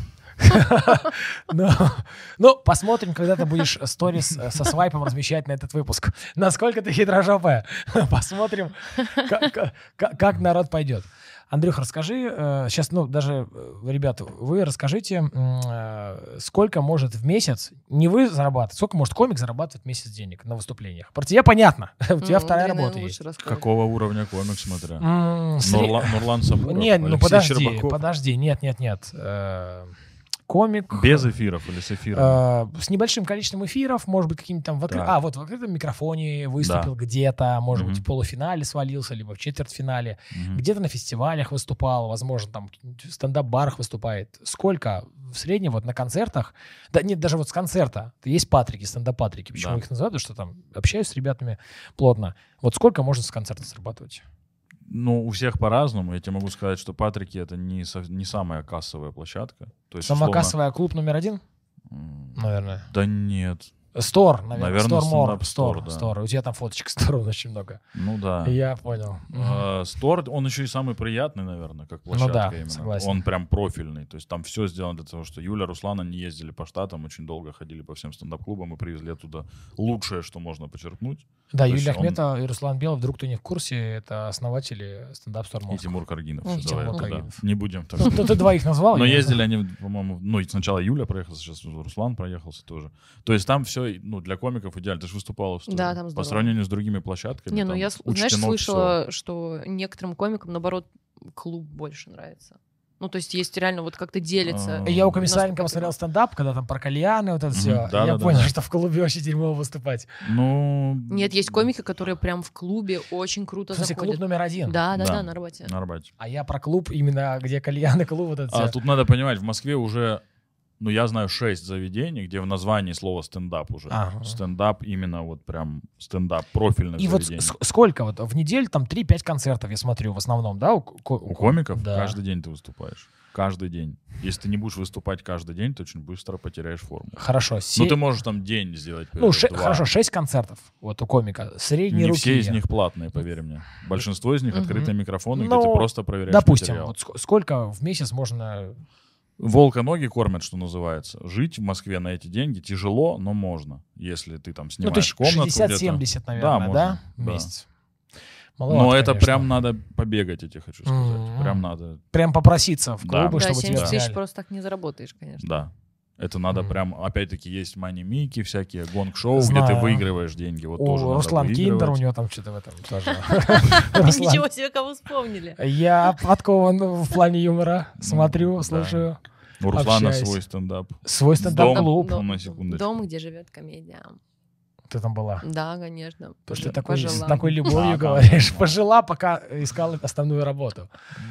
Ну, ну, посмотрим, когда ты будешь сторис э, со свайпом размещать на этот выпуск. Насколько ты хитрожопая. Посмотрим, как, как- как народ пойдет. Андрюх, расскажи, э, сейчас, ну, даже, э, ребята, вы расскажите, м, э, сколько может в месяц, не вы зарабатывать, сколько может комик зарабатывать в месяц денег на выступлениях? Про тебя понятно, у тебя Ну, вторая Андрей, наверное, работа лучше есть. расскажет. Какого уровня комик, смотря? М, сре- Нурла- Нурлан Сабуров, Нет, ну Алексей подожди, Щербаков? подожди, нет, нет, нет. Э, Комик. Без эфиров или с эфиром? э, С небольшим количеством эфиров, может быть, каким-то там... В откры- Так. А, вот в открытом микрофоне выступил где-то, может Мгм. быть, в полуфинале свалился, либо в четвертьфинале. Мгм. Где-то на фестивалях выступал, возможно, там в стендап-барах выступает. Сколько в среднем вот на концертах? Да нет, даже вот с концерта. Есть патрики, стендап-патрики. Почему Да. их называют? Потому что там общаюсь с ребятами плотно. Вот сколько можно с концерта зарабатывать? Ну, у всех по-разному. Я тебе могу сказать, что Патрики — это не, со- не самая кассовая площадка. То есть, Сама условно, кассовая клуб номер один, м, наверное. Да нет. Стор, наверное. Наверное, Стор Мор. стендап Стор, Store, да. Стор. У тебя там фоточек Стора очень много. Ну да. Я понял. Мгм. А, Стор, он еще и самый приятный, наверное, как площадка Ну да, именно. согласен. Он прям профильный. То есть там все сделано для того, что Юля, Руслана не ездили по штатам, очень долго ходили по всем стендап-клубам и привезли оттуда лучшее, что можно почерпнуть. Да, То есть Юлия он- Ахметова и Руслан Белый, вдруг кто не в курсе, это основатели стендап Стор И Москва. Тимур Каргинов. М, Всё, Тимур давай, да. Каргинов. Не будем так. Ну, ты, ты двоих назвал? Но я не ездили они, по-моему, ну, и сначала Юля проехала, сейчас Руслан проехался тоже. То есть там все все, ну, для комиков идеально. Ты же выступала в студии. Да, там По здорово. сравнению с другими площадками. Не, ну там я, учтено знаешь, всё. слышала, что некоторым комикам, наоборот, клуб больше нравится. Ну, то есть есть реально вот как-то делится. А, Я у Насколько Комиссаренко посмотрел стендап, когда там про кальяны, вот это Мгм, все. да, Я да, да, понял, да. что в клубе очень дерьмово выступать. Ну... Нет, есть комики, которые прям в клубе очень круто В смысле, заходят. клуб номер один. Да, да, Да. да, на работе. На работе. А я про клуб именно, где кальяны, клуб, вот это А всё. тут надо понимать, в Москве уже, ну, я знаю шесть заведений, где в названии слово стендап уже. Ага. Стендап именно вот прям стендап, профильное И вот заведение. с- сколько вот в неделю там три-пять концертов, я смотрю, в основном, да? У, ко- У комиков Да. каждый день ты выступаешь. Каждый день. Если ты не будешь выступать каждый день, ты очень быстро потеряешь форму. Хорошо. се- Ну, ты можешь там день сделать. Ну, перерыв, ше- два. хорошо, шесть концертов вот у комика. Средние Не руки. все из них платные, поверь мне. Большинство из них Мгм. открытые микрофоны, где Ну, ты просто проверяешь Допустим, материал. вот ск- сколько в месяц можно... Волка ноги кормят, что называется. Жить в Москве на эти деньги тяжело, но можно. Если ты там Ну, снимаешь то есть комнату где-то. шестьдесят-семьдесят, наверное, да, можно, в да. месяц? Маловато, Но это конечно. прям надо побегать, я тебе хочу сказать. Мгм. Прям надо, Прям попроситься в Да. клубы, Да, чтобы тебя семьдесят тысяч взяли. просто так не заработаешь, конечно. да. Это надо Мгм. прям, опять-таки, есть мани-мики всякие, гонг-шоу, где Знаю. ты выигрываешь деньги. Вот тоже У надо Руслан Киндер, у выигрывать. него там что-то в этом тоже. Руслан. Ничего себе, кого вспомнили. Я подкован в плане юмора. Ну, Смотрю, да. слушаю. У Руслана общаюсь. свой стендап. Свой стендап-клуб. Дом. на секундочку. Дом, где живет комедия. Ты там была. Да, конечно. То, что ты Пожи- такой, с пожила. такой любовью А, да, говоришь. да. Пожила, пока искал основную работу.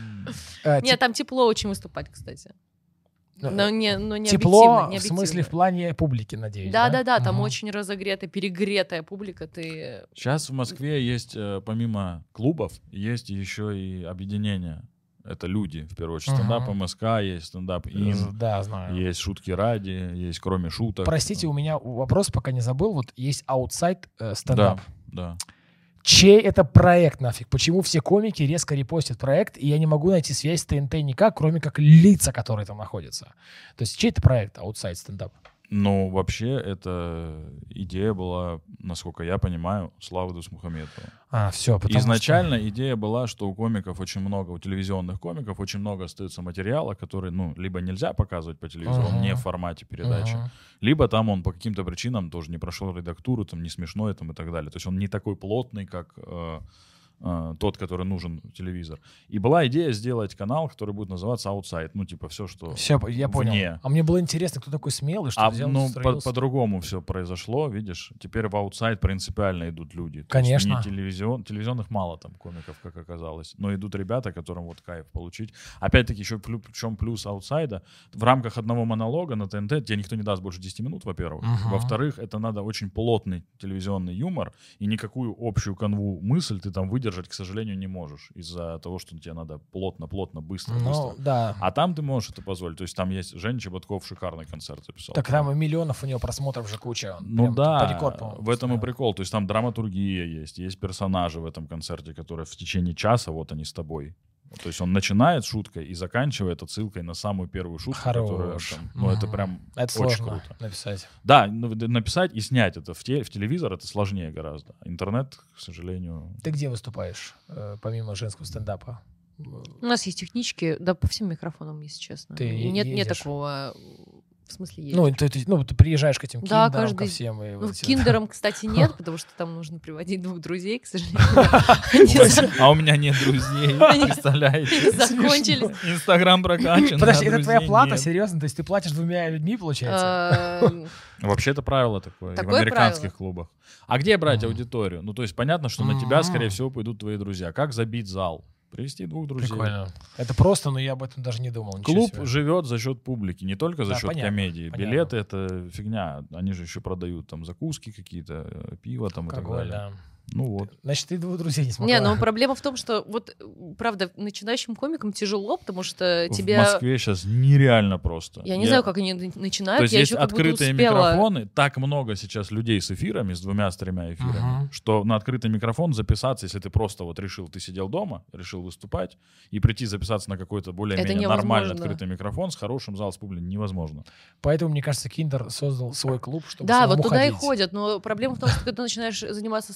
Э, Нет, там тепло очень выступать, кстати. Ну, Но не, но не Тепло, объективно, не в смысле, в объективно. плане публики, надеюсь, Да, да, да, там Мгм. очень разогретая, перегретая публика. Ты Сейчас в Москве есть, э, помимо клубов, есть еще и объединения. Это люди, в первую очередь. Стендап Мгм. МСК есть, стендап ИН, Да, знаю. есть шутки ради, есть кроме шуток. Простите, у меня вопрос, пока не забыл. Вот есть аутсайд э, стендап. Да, да. Чей это проект нафиг? Почему все комики резко репостят проект, и я не могу найти связь с ТНТ никак, кроме как лица, которые там находятся? То есть чей это проект аутсайд стендап? Ну, вообще, эта идея была, насколько я понимаю, Славы Дусмухаметова. А, все, потому Изначально идея была, что у комиков очень много, у телевизионных комиков очень много остается материала, который, ну, либо нельзя показывать по телевизору, Ага. он не в формате что... передачи, Мгм. либо там он по каким-то причинам тоже не прошел редактуру, там не смешной там, и так далее. То есть он не такой плотный, как э, э, тот, который нужен в телевизор. И была идея сделать канал, который будет называться Outside. Ну, типа все, что Все, я понял. вне. А мне было интересно, кто такой смелый, что А, взял, ну, по- устроился. по-другому все произошло, видишь. Теперь в аутсайд принципиально идут люди. То Конечно. есть не телевизион, телевизионных мало там комиков, как оказалось. Но идут ребята, которым вот кайф получить. Опять-таки, еще плю- в чем плюс аутсайда? В рамках одного монолога на ТНТ тебе никто не даст больше десяти минут, во-первых. Мгм. Во-вторых, это надо очень плотный телевизионный юмор, и никакую общую канву мысль ты там выдержать, к сожалению, не можешь. Из-за того, что тебе надо плотно-плотно, быстро, Ну, быстро. да. А там ты можешь это позволить. То есть там есть Женя Чеботков, шикарный концерт записал. Так там и миллионов у него просмотров же куча. Он Ну прям да, по рекорд, по-моему, в этом и ставил. прикол. То есть там драматургия есть, есть персонажи в этом концерте, которые в течение часа вот они с тобой. То есть он начинает шуткой и заканчивает отсылкой на самую первую шутку, которая Хорош. там, ну это Мгм. прям Это очень сложно круто. написать. Да, ну, д- написать и снять это в, те, в телевизор это сложнее гораздо. Интернет, к сожалению. Ты где выступаешь, э, помимо женского стендапа? У нас есть технички, да, по всем микрофонам, если честно. Ты е- нет, нет ездишь? такого, в смысле, есть. Ну, ты, ты- ну, ты приезжаешь к этим Да, киндерам, ко каждый- всем. И Ну, вот эти- киндерам, кстати, нет, потому что там нужно приводить двух друзей, к сожалению. Они за- А у меня нет друзей, Они- представляете? закончились. Инстаграм прокачан. Подожди, а это твоя друзей плата, нет. серьезно? То есть ты платишь двумя людьми, получается? Эм, Вообще это правило такое, и в Такое американских правило. клубах. А где брать Мгм. аудиторию? Ну, то есть понятно, что на тебя, Мгм. скорее всего, пойдут твои друзья. Как забить зал? Привести двух друзей. Прикольно. Это просто, но я об этом даже не думал. ничего Клуб себе. живет за счет публики, не только за Да, счет понятно, комедии. понятно. Билеты это фигня. Они же еще продают там закуски какие-то, э, пиво там и так Алкоголь, далее. да. Ну вот. Значит, ты двух друзей не смогла. Не, ну проблема в том, что вот, правда, начинающим комикам тяжело, потому что В тебе... Москве сейчас нереально просто. Я не знаю, как они н- начинают. То есть я есть еще как будто открытые успела... микрофоны, так много сейчас людей с эфирами, с двумя, с тремя эфирами, Мгм. что на открытый микрофон записаться, если ты просто вот решил, ты сидел дома, решил выступать, и прийти записаться на какой-то более-менее нормальный невозможно. открытый микрофон с хорошим залом, с публикой невозможно. Поэтому, мне кажется, Киндер создал свой клуб, чтобы Да, самому вот туда и ходить. ходят, но проблема в том, что когда ты начинаешь заниматься стендапом,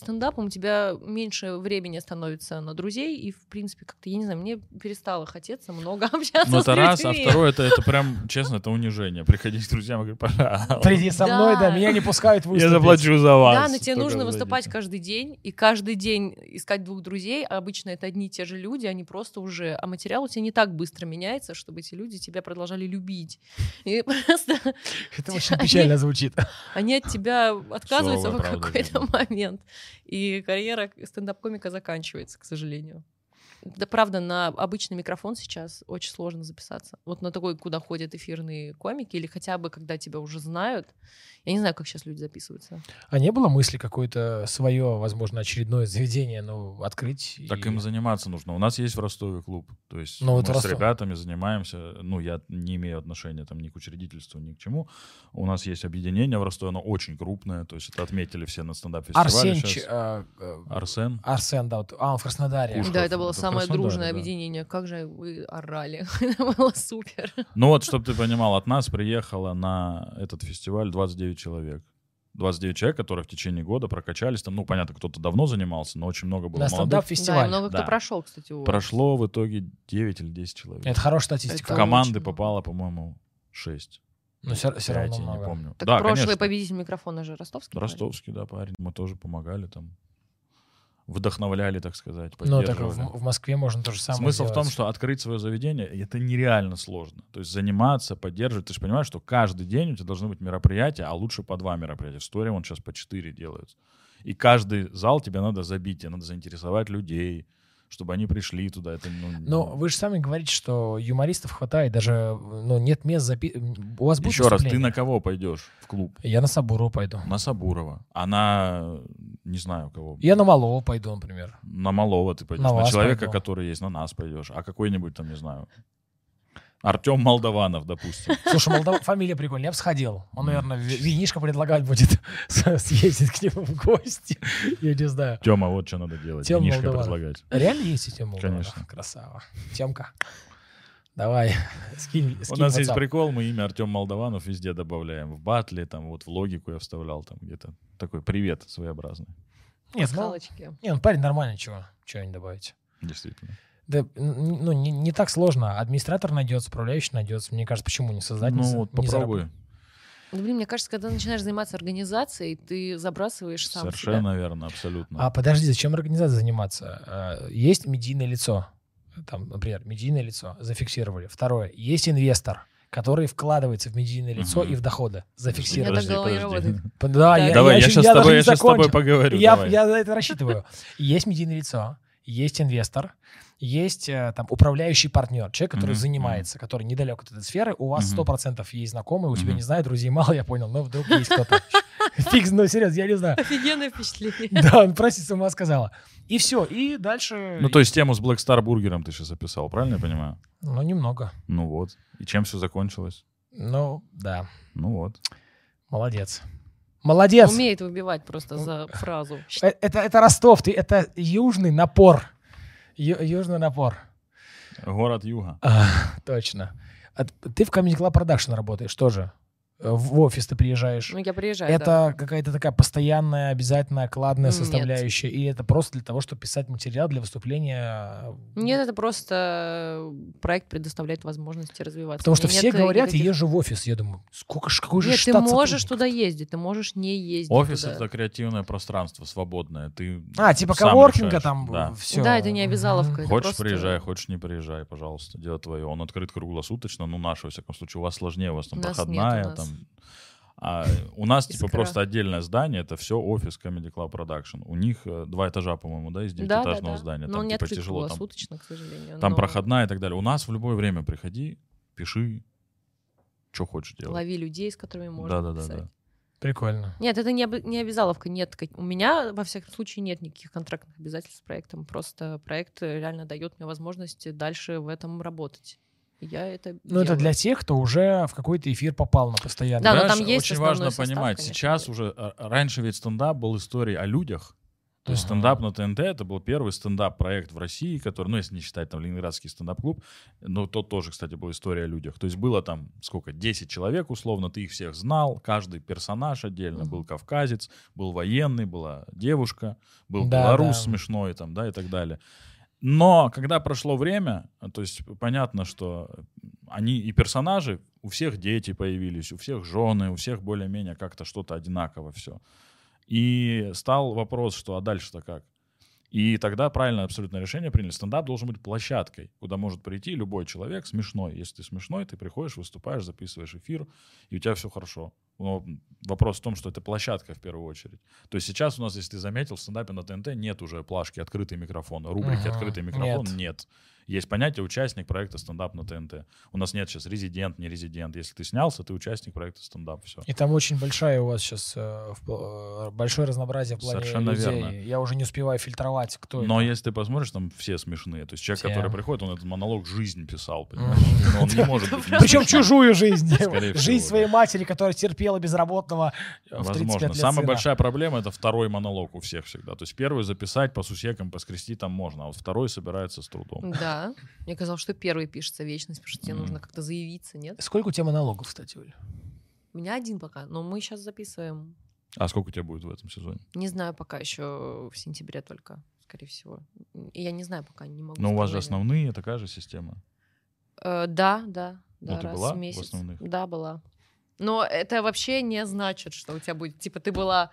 стендапом у тебя меньше времени становится на друзей, и, в принципе, как-то, я не знаю, мне перестало хотеться много общаться Ну, с это раз, а людьми. второе, это, это прям, честно, это унижение. Приходить к друзьям и говорить, пожалуйста. Приди со мной, да, Да. меня не пускают выступить. Я заплачу за вас. Да, но тебе Только нужно зайдите. выступать каждый день, и каждый день искать двух друзей, а обычно это одни и те же люди, они просто уже... А материал у тебя не так быстро меняется, чтобы эти люди тебя продолжали любить. И просто Это очень печально звучит. они от тебя отказываются Суровая в правда какой-то жизни. момент. И карьера стендап-комика заканчивается, к сожалению. Да, правда, на обычный микрофон сейчас очень сложно записаться. Вот на такой, куда ходят эфирные комики, или хотя бы, когда тебя уже знают. Я не знаю, как сейчас люди записываются. А не было мысли какое-то свое, возможно, очередное заведение, ну, открыть? Так и- им заниматься нужно. У нас есть в Ростове клуб. То есть Ну, мы вот с Ростов. ребятами занимаемся. Ну, я не имею отношения там ни к учредительству, ни к чему. У нас есть объединение в Ростове, оно очень крупное. То есть это отметили все на стендап-фестивале Арсенч, сейчас. э, э, Арсен. Арсен, да, вот, а, он в Краснодаре. Пушков. Да, это было это в самое Краснодаре, дружное да. объединение. Как же вы орали. Это было супер. Ну вот, чтобы ты понимал, от нас приехало на этот фестиваль двадцать девять человек. двадцать девять человек, которые в течение года прокачались. Там, ну, понятно, кто-то давно занимался, но очень много было На молодых. Да, и стендап-фестиваль. много кто Да. прошел, кстати. у вас. Прошло в итоге девять или десять человек. Это хорошая статистика. В Это команды очень попало, по-моему, шесть. Но все, Пять, равно я не много. помню. Так да, прошлый конечно. победитель микрофона же ростовский. парень? Ростовский, да, парень. Мы тоже помогали там. Вдохновляли, так сказать, Ну, так поддерживали. в, в Москве можно то же самое Смысл в том, сделать. что открыть свое заведение — это нереально сложно. То есть заниматься, поддерживать. Ты же понимаешь, что каждый день у тебя должны быть мероприятия, а лучше по два мероприятия. В Сторе вон сейчас по четыре делаются. И каждый зал тебе надо забить, тебе надо заинтересовать людей, чтобы они пришли туда. Это, ну, Но вы же сами говорите, что юмористов хватает, даже ну, нет мест запи... У вас будет Еще раз, ты выступление? на кого пойдешь в клуб? Я на Сабурова пойду. На Сабурова. А на, не знаю кого. Я на Малого пойду, например. На Малого ты пойдешь. На На, вас человека, пойду. который есть, на нас пойдешь. А какой-нибудь там, не знаю, Артем Молдованов, допустим. Слушай, Молдова, фамилия прикольная, я бы сходил. Он, наверное, ви- винишко предлагать будет с- съездить к нему в гости. Я не знаю. Тема, вот что надо делать. Тёма Винишко Молдованов. предлагать. Реально есть у тебя Молдованов? Конечно. Красава. Темка, давай, скинь, У скинь нас в есть WhatsApp. прикол, мы имя Артем Молдованов везде добавляем. В батле, там вот в логику я вставлял, там где-то такой привет своеобразный. Нет, ну, Пасхалочки. не, ну парень нормальный, чего? Чего не добавить? Действительно. Да, н- ну, не, не так сложно. Администратор найдется, управляющий найдется. Мне кажется, почему не создать? не Ну за- вот не попробуй. зараб- Ну, блин, мне кажется, когда ты начинаешь заниматься организацией, ты забрасываешь сам Совершенно себя. верно, абсолютно. А подожди, зачем организацией заниматься? А, Есть медийное лицо. Там, например, медийное лицо. Зафиксировали. Второе. Есть инвестор, который вкладывается в медийное лицо Мгм. и в доходы. У Зафиксировали. меня так Подожди, голова не подожди. работает. П- Да, я, Давай, я еще- сейчас с даже тобой, не я щас с тобой закончил. поговорю. Я, давай. я на это рассчитываю. Есть медийное лицо, есть инвестор, есть э, там управляющий партнер, человек, который Мгм, занимается, который недалек от этой сферы. У вас Мгм. сто процентов есть знакомые, у тебя Мгм. не знаю, друзей мало, я понял, но вдруг есть кто-то. Фиг, ну серьезно, я не знаю. Офигенное впечатление. Да, он прости, с ума сказала. И все, и дальше... Ну, то есть тему с Black Star бургером ты сейчас описал, правильно я понимаю? Ну, немного. Ну вот. И чем все закончилось? Ну, да. Ну вот. Молодец. Молодец. Умеет выбивать просто за фразу. Э, Это, это Ростов, ты, это южный напор. Ю- южный напор. Город Юга. А, точно. А т- ты в Comedy Club Production работаешь тоже. Э, В офис ты приезжаешь. Ну, я приезжаю, да. Это какая-то такая постоянная, обязательная, кладная Нет. составляющая? Или это просто для того, чтобы писать материал для выступления? Нет, это просто проект предоставляет возможности развиваться. Потому У что меня все нет говорят, никаких- я езжу в офис. Я думаю, сколько ж, какой же Нет, ты штат можешь сотрудников? туда ездить, ты можешь не ездить Офис — туда. это креативное пространство, свободное. Ты А, типа сам коворкинга решаешь. там Да. все. Да, это не обязаловка. это Хочешь просто- приезжай, хочешь не приезжай, пожалуйста, дело твое. Он открыт круглосуточно, ну наш, во всяком случае. У вас сложнее, у вас там У нас нет, проходная. у нас там. А у нас типа Искра. просто отдельное здание, это все офис Comedy Club Production. У них э, два этажа, по-моему, да, из Да, да, девятиэтажного да. здания. Но Там он не типа открыт тяжело. Там, круглосуточно, к сожалению. там но проходная и так далее. У нас в любое время приходи, пиши, что хочешь делать. Лови людей, с которыми можно Да, да, да, писать. да. Прикольно. Нет, это не, об- не обязаловка. Нет, как- у меня, во всяком случае, нет никаких контрактных обязательств с проектом. Просто проект реально дает мне возможность дальше в этом работать. Я это Ну, это делаю. для тех, кто уже в какой-то эфир попал на постоянно. Да, но Знаешь, там есть очень основной важно состав, понимать, конечно, сейчас есть. уже, а, раньше ведь стендап был историей о людях, То есть стендап на ТНТ — это был первый стендап-проект в России, который, ну, если не считать там Ленинградский стендап-клуб, но тот тоже, кстати, была история о людях. То есть было там, сколько, десять человек условно, ты их всех знал, каждый персонаж отдельно. Mm-hmm. Был кавказец, был военный, была девушка, был да, белорус да. смешной там, да, и так далее. Но когда прошло время, то есть понятно, что они и персонажи, у всех дети появились, у всех жены, у всех более-менее как-то что-то одинаково все. И стал вопрос, что а дальше-то как? И тогда правильное абсолютно решение приняли. Стендап должен быть площадкой, куда может прийти любой человек смешной. Если ты смешной, ты приходишь, выступаешь, записываешь эфир, и у тебя все хорошо. Но вопрос в том, что это площадка в первую очередь. То есть сейчас у нас, если ты заметил, в стендапе на ТНТ нет уже плашки «Открытый микрофон», рубрики uh-huh. «Открытый микрофон» нет. нет. Есть понятие участник проекта «Стендап» на ТНТ. У нас нет сейчас резидент, не резидент. Если ты снялся, ты участник проекта «Стендап». Все. И там очень большая у вас сейчас э, э, большое разнообразие в плане Совершенно людей. Верно. Я уже не успеваю фильтровать, кто Но это. если ты посмотришь, там все смешные. То есть человек, все. который приходит, он этот монолог «Жизнь» писал. Mm-hmm. Но он не может быть. Причем чужую жизнь. Жизнь своей матери, которая терпела безработного в тридцать пять лет Самая сына. большая проблема — это второй монолог у всех всегда. То есть первый записать по сусекам, поскрести там можно, а вот второй собирается с трудом. Да. Мне казалось, что первый пишется вечность, потому что тебе mm. нужно как-то заявиться, нет? Сколько у тебя монологов, кстати, Оль? У меня один пока, но мы сейчас записываем. А сколько у тебя будет в этом сезоне? Не знаю пока, еще в сентябре только, скорее всего. И я не знаю пока, не могу. Но у вас же основные, такая же система? Э, да, да. да ну, ты раз была в месяц. в основных? Да, была. Но это вообще не значит, что у тебя будет... Типа ты была...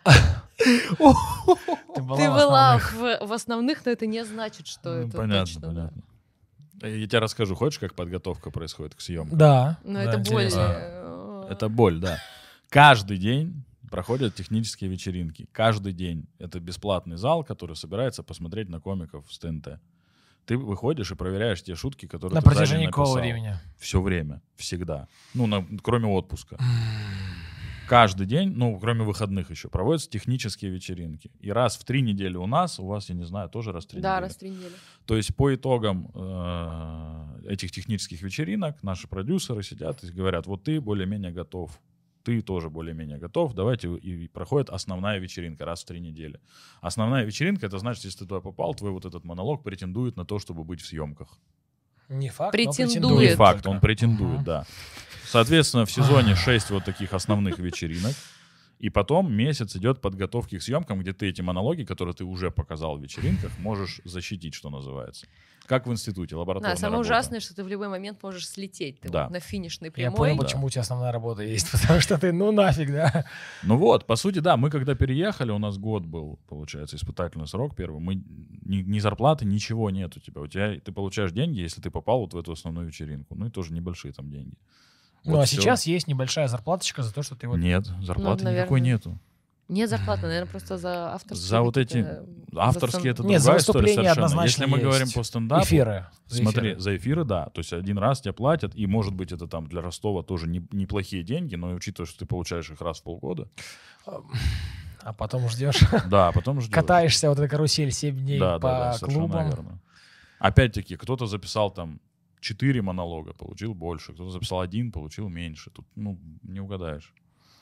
Ты была в основных, но это не значит, что это понятно, понятно. Я тебе расскажу, хочешь, как подготовка происходит к съемкам? Да. Но да, это боль. Это боль, да. Каждый день проходят технические вечеринки. Каждый день. Это бесплатный зал, который собирается посмотреть на комиков с ТНТ. Ты выходишь и проверяешь те шутки, которые на ты протяжении какого времени? Все время, всегда. Ну, на, кроме отпуска. Каждый день, ну, кроме выходных еще, проводятся технические вечеринки. И раз в три недели у нас, у вас, я не знаю, тоже раз в три да, недели. Да, раз в три недели. То есть по итогам э, этих технических вечеринок наши продюсеры сидят и говорят, вот ты более-менее готов, ты тоже более-менее готов, давайте, и, и проходит основная вечеринка раз в три недели. Основная вечеринка, это значит, если ты туда попал, твой вот этот монолог претендует на то, чтобы быть в съемках. Не факт, претендует. но претендует. Не факт, он претендует, uh-huh. да. Соответственно, в сезоне шесть вот таких основных вечеринок. И потом месяц идет подготовки к съемкам, где ты эти монологи, которые ты уже показал в вечеринках, можешь защитить, что называется. Как в институте, лабораторная да, самое работа. ужасное, что ты в любой момент можешь слететь. Ты да. вот на финишной прямой. Я понял, да. почему у тебя основная работа есть. Потому что ты, ну нафиг, да. Ну вот, по сути, да, мы когда переехали, у нас год был, получается, испытательный срок первый. Мы ни, ни зарплаты, ничего нет у тебя. У тебя ты получаешь деньги, если ты попал вот в эту основную вечеринку. Ну и тоже небольшие там деньги. Ну вот а все. Сейчас есть небольшая зарплаточка за то, что ты вот... Нет, зарплаты ну, никакой нету. Нет зарплаты, наверное, просто за авторские. За вот эти авторские, за... это Нет, другая за история совершенно. Однозначно Если мы есть. говорим по стендапу, эфиры. За смотри, эфиры. за эфиры, да. То есть один раз тебе платят, и, может быть, это там для Ростова тоже не, неплохие деньги, но учитывая, что ты получаешь их раз в полгода. А потом ждешь. Да, потом ждешь. Катаешься вот эта карусель семь дней да, по да, да, клубам. Верно. Опять-таки, кто-то записал там четыре монолога, получил больше. Кто-то записал один, получил меньше. Тут, ну, не угадаешь.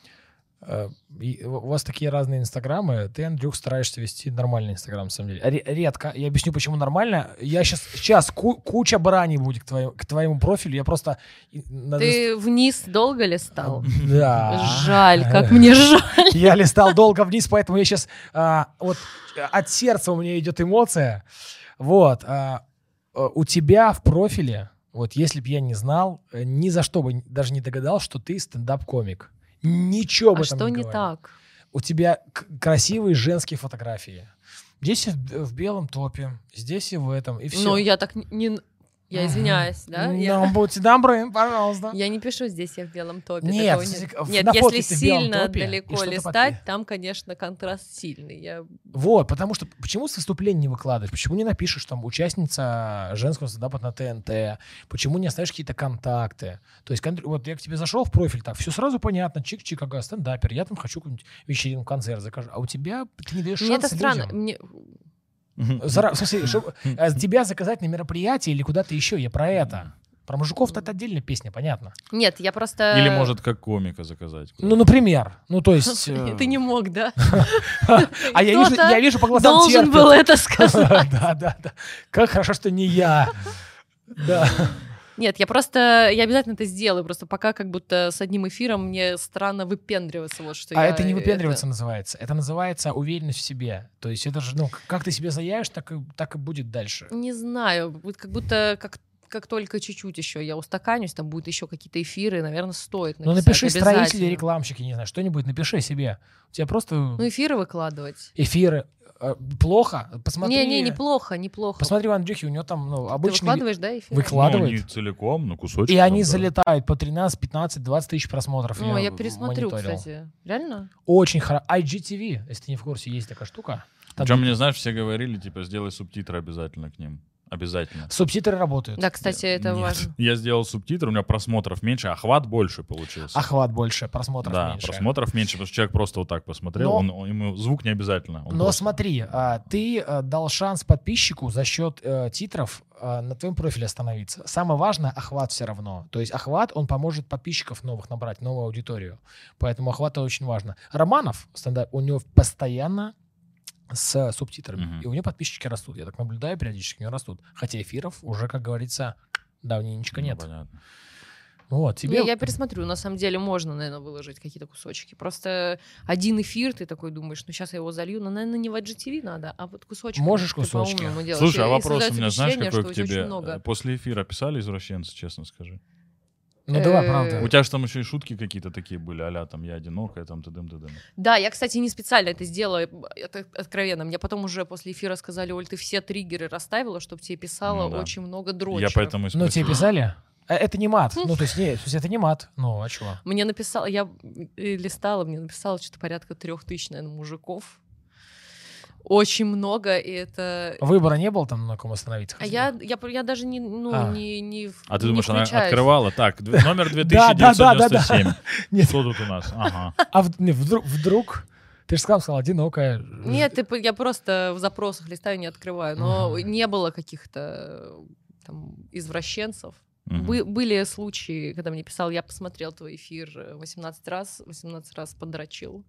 И у вас такие разные инстаграмы. Ты, Андрюх, стараешься вести нормальный инстаграм, на самом деле. Редко. Я объясню, почему нормально. Я сейчас, сейчас ку- куча брани будет к твоему, к твоему профилю. Я просто... Ты вниз долго листал? Да. Жаль, как мне жаль. Я листал долго вниз, поэтому я сейчас... А, вот от сердца у меня идет эмоция. Вот. А, у тебя в профиле, вот если бы я не знал, ни за что бы даже не догадался, что ты стендап-комик. Ничего об а этом что не, не говорю. так? У тебя к- красивые женские фотографии. Здесь в, в белом топе, здесь и в этом, и все. Ну, я так не... Я извиняюсь, да? Ну, Я... будьте добры, пожалуйста. Я не пишу здесь, я в белом топе. Нет, нет. в- нет на если фотке ты в белом сильно топе, и далеко что-то листать, подпи- там, конечно, контраст сильный. Я... Вот, потому что почему с выступления не выкладываешь? Почему не напишешь там участница женского стендапа на ТНТ? Почему не оставишь какие-то контакты? То есть, кон- вот я к тебе зашел в профиль, так, все сразу понятно, чик-чик, ага, стендапер, я там хочу какую-нибудь вечеринку, концерт закажу. А у тебя ты не даешь Мне это шанса странно. людям. Мне... Зара- в смысле, чтобы, э, тебя заказать на мероприятие или куда-то еще, я про это. Про мужиков-то это отдельная песня, понятно. Нет, я просто... Или, может, как комика заказать. Ну, например. Ну, то есть... э, Ты не мог, да? А я вижу, Кто-то я вижу по глазам должен терпит. был это сказать. Да, да, да. Как хорошо, что не я. Да. Нет, я просто, я обязательно это сделаю, просто пока как будто с одним эфиром мне странно выпендриваться, вот что А я это не выпендриваться это- называется. Это называется уверенность в себе. То есть это же, ну, как ты себе заявишь, так и, так и будет дальше. Не знаю, вот как будто как как только чуть-чуть еще я устаканюсь, там будут еще какие-то эфиры, наверное, стоит написать. Ну, напиши строители, обязательно. рекламщики, не знаю, что-нибудь напиши себе. У тебя просто Ну, эфиры выкладывать. эфиры. Э, Плохо? Посмотри. Не-не, неплохо, неплохо. Посмотри в Андрюхе, у него там, ну, Ты обычно... выкладываешь, да, эфиры? Ну, Выкладывает. не целиком, но кусочек. И там, они да. залетают по тринадцать, пятнадцать, двадцать тысяч просмотров. Ну, я пересмотрю, мониторил. кстати. Реально? Очень хорошо. ай джи ти ви, если ты не в курсе, есть такая штука. Там Причем мне, знаешь, все говорили, типа, сделай субтитры обязательно к ним. Обязательно. субтитры работают. Да, кстати, это Нет. важно. Я сделал субтитры, у меня просмотров меньше, охват больше получился. Охват больше, просмотров да, меньше. просмотров меньше, потому что человек просто вот так посмотрел, Но- он, он- ему звук не обязательно. он Но просто- смотри, а, ты а, дал шанс подписчику за счет э, титров а, на твоем профиле остановиться. Самое важное — охват все равно. То есть охват, он поможет подписчиков новых набрать, новую аудиторию. Поэтому охват это очень важно. Романов, стендап, у него постоянно с субтитрами. Мгм. И у него подписчики растут. Я так наблюдаю, периодически у него растут. Хотя эфиров уже, как говорится, давненечко Ну, нет. понятно. Вот, тебе... Не, я пересмотрю. На самом деле можно, наверное, выложить какие-то кусочки. Просто один эфир, ты такой думаешь, ну сейчас я его залью, но, наверное, не в ай джи ти ви надо, а вот кусочки. Можешь ты кусочки. по-умному делаешь. Слушай, а И вопрос у создается меня, знаешь, впечатление, какой что к у тебя тебе? очень много. После эфира писали извращенцы, честно скажи? Ну давай, Э, правда. У тебя же там еще и шутки какие-то такие были, а-ля там я одинокая, там тыдым-тыдым. Да, я, кстати, не специально это сделала, это откровенно. Мне потом уже после эфира сказали, Оль, ты все триггеры расставила, чтобы тебе писало Ну да. очень много дрочеров. Я поэтому и Ну, спросил. тебе писали? Э, Это не мат. Ну, то есть, нет, то есть это не мат. Ну, а чего? Мне написала, я э, листала, мне написало что-то порядка трех тысяч, наверное, мужиков. Очень много, и это... Выбора не было там, на ком остановиться? А хотя я, бы? я, я даже не, ну, А. не, не в- А ты не думаешь, она включаюсь. открывала? Так, дв- номер две Да, тысячи да, да, девятьсот девяносто семь. Нет. Что тут у нас? Ага. А в- не, вдруг, вдруг, ты же сказал, сказал, одинокая. Нет, ты по- я просто в запросах листаю, не открываю. Но Мгм. не было каких-то там извращенцев. Мгм. Бы- были случаи, когда мне писал, я посмотрел твой эфир восемнадцать раз, восемнадцать раз подрочил.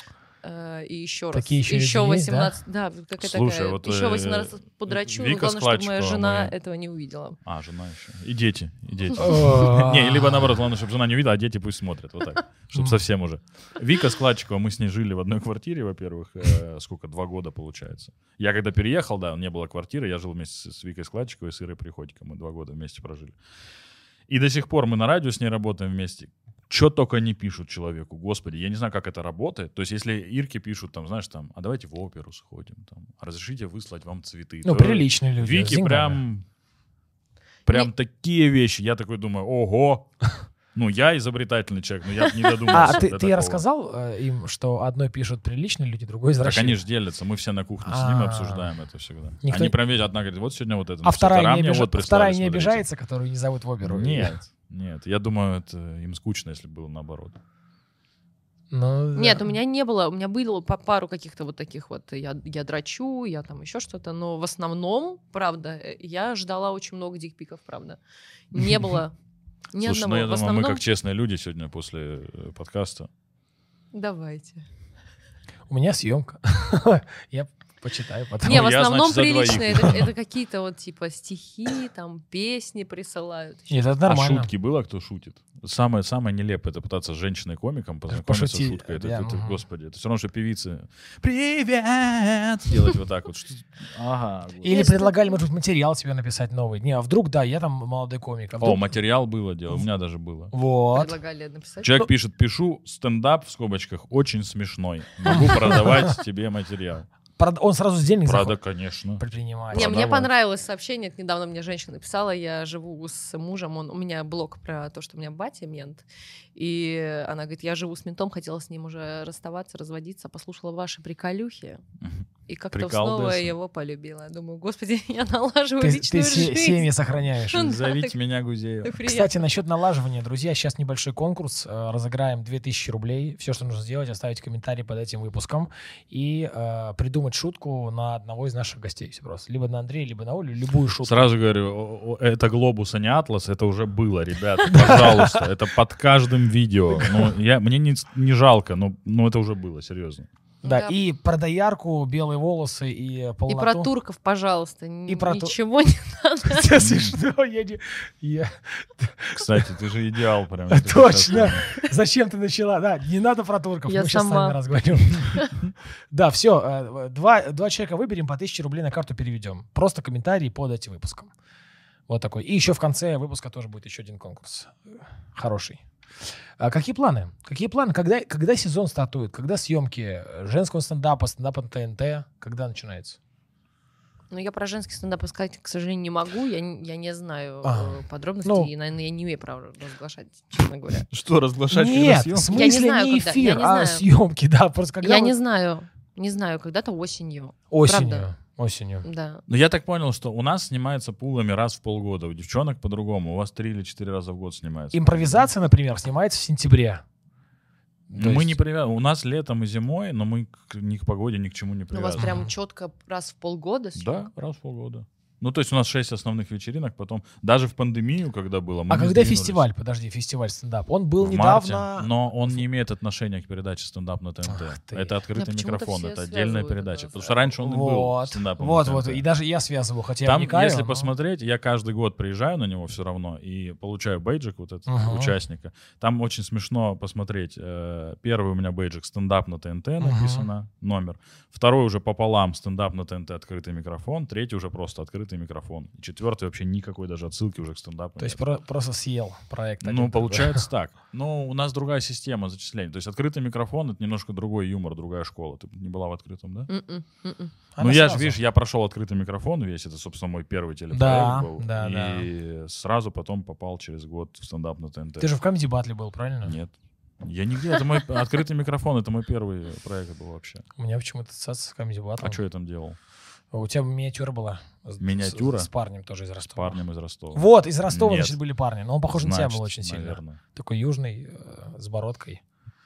Э, И еще раз. Такие еще еще люди есть, да? восемнадцать, да, какая Слушай, такая. вот, еще э, восемнадцать раз подрочу, но Вика главное, чтобы моя Складчикова жена моя. этого не увидела. А, жена еще. И дети. И дети. А. Не, либо наоборот, главное, чтобы жена не увидела, а дети пусть смотрят. Вот так. Чтобы Мгм. совсем уже. Вика Складчикова, мы с ней жили в одной квартире, во-первых, э, сколько, два года получается. Я когда переехал, да, не было квартиры, я жил вместе с Викой Складчиковой и с Ирой Приходько. Мы два года вместе прожили. И до сих пор мы на радио с ней работаем вместе. Что только не пишут человеку, господи, я не знаю, как это работает. То есть, если Ирке пишут, там, знаешь, там, а давайте в оперу сходим, там, а разрешите выслать вам цветы. Ну, то приличные люди. с Вики деньгами. прям, прям Не- такие вещи. Я такой думаю, ого. Ну, я изобретательный человек, но я не додумался. А, до ты, ты такого. рассказал э, им, что одной пишут приличные люди, другой Так извращенцы? они же делятся, мы все на кухне с ними А. обсуждаем это всегда. Никто- Они прям видят, одна говорит, вот сегодня вот это. А написали, вторая, не, мне обижа- вот прислали, вторая не смотрите. обижается, которую не зовут в оперу? Нет, нет. Я думаю, это им скучно, если было наоборот. Ну, да. Нет, у меня не было, у меня было по пару каких-то вот таких вот, я, я драчу, я там еще что-то, но в основном, правда, э, я ждала очень много дикпиков, правда. Не было ни Слушай, одного. ну я в думаю, основном... мы как честные люди сегодня после э, подкаста. Давайте. У меня съемка. Я почитаю потом. Не, в Ну, я, основном значит, за двоих. приличные. Это, это какие-то вот типа стихи, там песни присылают. Нет, это А нормально. шутки было, кто шутит? Самое, самое нелепое — это пытаться с женщиной-комиком познакомиться с Пошути, шуткой. Это, да, это, мгм. господи, это все равно, что певицы «Привет!» делать вот так вот. Что- Ага. вот. Или Если- предлагали, может быть, материал себе написать новый. Не, а вдруг, да, я там молодой комик. А О, вдруг... материал было дело, у меня даже было. Вот. Предлагали написать. Человек пишет, пишу стендап в скобочках, очень смешной. Могу продавать тебе материал. Прод- Он сразу с денег Правда, заходит. конечно. Предприниматель. Не, мне Продавать. понравилось сообщение, это недавно мне женщина написала, я живу с мужем, он, у меня блог про то, что у меня батя мент, и она говорит, я живу с ментом, хотела с ним уже расставаться, разводиться, послушала ваши приколюхи, Мгм. И как-то Прикол снова Дэши. его полюбила. Я думаю, господи, я налаживаю Ты, личную ты се- жизнь. семьи сохраняешь. Ну, да, Зовите так- меня Гузеева. так приятно. Кстати, насчет налаживания, друзья, сейчас небольшой конкурс. Э, Разыграем две тысячи рублей. Все, что нужно сделать, оставить комментарий под этим выпуском и э, придумать шутку на одного из наших гостей. Всё просто. Либо на Андрея, либо на Олю, любую шутку. Сразу говорю, о- о- это глобус, а не атлас, это уже было, ребята, пожалуйста, это под каждым видео. Ну, я, мне не, не жалко, но, но это уже было, серьезно. Да, Да. и про доярку, белые волосы и И полноту. про турков, пожалуйста, И про ту- ничего не надо. Это смешно, я не- я- Кстати, ты же идеал прям. я тебе Точно. сейчас скажу. Зачем ты начала? Да, не надо про турков, Я мы сейчас с сама. вами разговариваем. Да, все, два, два человека выберем, по тысяче рублей на карту переведем. Просто комментарии под этим выпуском. Вот такой. И еще в конце выпуска тоже будет еще один конкурс. Хороший. А какие планы? Какие планы? Когда, когда сезон стартует? Когда съемки женского стендапа, стендапа на ТНТ? Когда начинается? Ну, я про женский стендап сказать, к сожалению, не могу. Я, не- я не знаю А. э, подробностей. Ну. И, наверное, я не имею права разглашать, честно говоря. Что, разглашать Нет, когда в съемки? Я не смысле знаю, не когда. Я эфир, не а знаю. съемки, да. Просто когда Я вы- не знаю. Не знаю, когда-то осенью. Осенью. Правда. Осенью. Да. Ну, я так понял, что у нас снимается пулами раз в полгода, у девчонок по-другому, у вас три или четыре раза в год снимается. Импровизация, например, снимается в сентябре. Ну, То мы есть- не привязаны. У нас летом и зимой, но мы к- ни к погоде, ни к чему не Ну, у вас привязаны. прям четко раз в полгода съемка? Да, раз в полгода. Ну, то есть у нас шесть основных вечеринок, потом даже в пандемию, когда было, мы А не когда сдвинулись. фестиваль? Подожди, фестиваль стендап. Он был В недавно. марте, но он не имеет отношения к передаче стендап на ТНТ. Ах ты. Это открытый Да, почему-то микрофон, все это отдельная связывают передача. это Потому с- что раньше он и был Вот, стендапом вот, на вот. ТНТ. И даже я связываю, хотя я Там, вникаю, если но- посмотреть, я каждый год приезжаю на него все равно и получаю бейджик вот этот Ага. участника. Там очень смешно посмотреть. Э, Первый у меня бейджик стендап на ТНТ написано, номер. Второй уже пополам стендап на ТНТ открытый микрофон. Третий уже просто открытый микрофон. И четвертый вообще никакой даже отсылки уже к стендапу. То есть нет. про- просто съел проект. один Ну, такой. получается так. Но у нас другая система зачисления. То есть открытый микрофон — это немножко другой юмор, другая школа. Ты не была в открытом, да? М-м, м-м. Она ну, я же, сразу. видишь, я прошел открытый микрофон весь. Это, собственно, мой первый телепроект Да, был. да, и сразу потом попал через год в стендап на ТНТ. Ты же в Comedy Battle был, правильно? Нет. Я нигде. Это мой открытый микрофон. Это мой первый проект был вообще. У меня почему-то ассоциация с Comedy Battle. А что я там делал? У тебя миниатюра была. С- Миниатюра? С, с парнем тоже из С Ростова. парнем из Ростова. Вот, из Ростова, Нет. значит, были парни. Но он похож на тебя Значит, был очень сильно. наверное. Такой южный, э, с бородкой.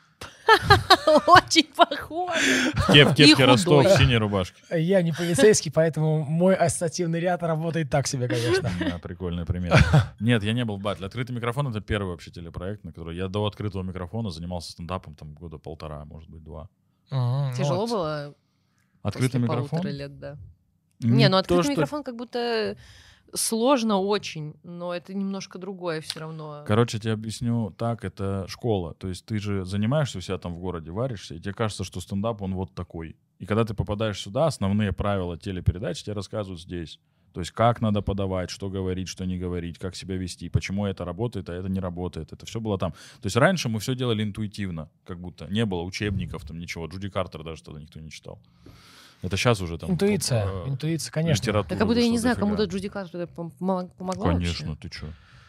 Очень похоже. Кеп, И кепки Ростов худой. в синей рубашке. Я не полицейский, поэтому мой ассоциативный ряд работает так себе, конечно. Да, прикольный пример. Нет, я не был в батле. Открытый микрофон — это первый вообще телепроект, на который я до открытого микрофона занимался стендапом там года полтора, может быть, два. Мгм, ну Тяжело вот. было Открытый после микрофон? полутора лет, да. М, Не, ну то, открытый что- микрофон как будто сложно очень, но это немножко другое все равно. Короче, я тебе объясню так, это школа. То есть ты же занимаешься у себя там в городе, варишься, и тебе кажется, что стендап, он вот такой. И когда ты попадаешь сюда, основные правила телепередач тебе рассказывают здесь. То есть как надо подавать, что говорить, что не говорить, как себя вести, почему это работает, а это не работает. Это все было там. То есть раньше мы все делали интуитивно, как будто не было учебников, там ничего. Джуди Картер даже тогда никто не читал. Это сейчас уже там... Интуиция, э, интуиция, конечно. литература Да как будто я не вышла знаю, дофига. кому-то Джуди Картер пом- помог- помогла Конечно, вообще. ты что?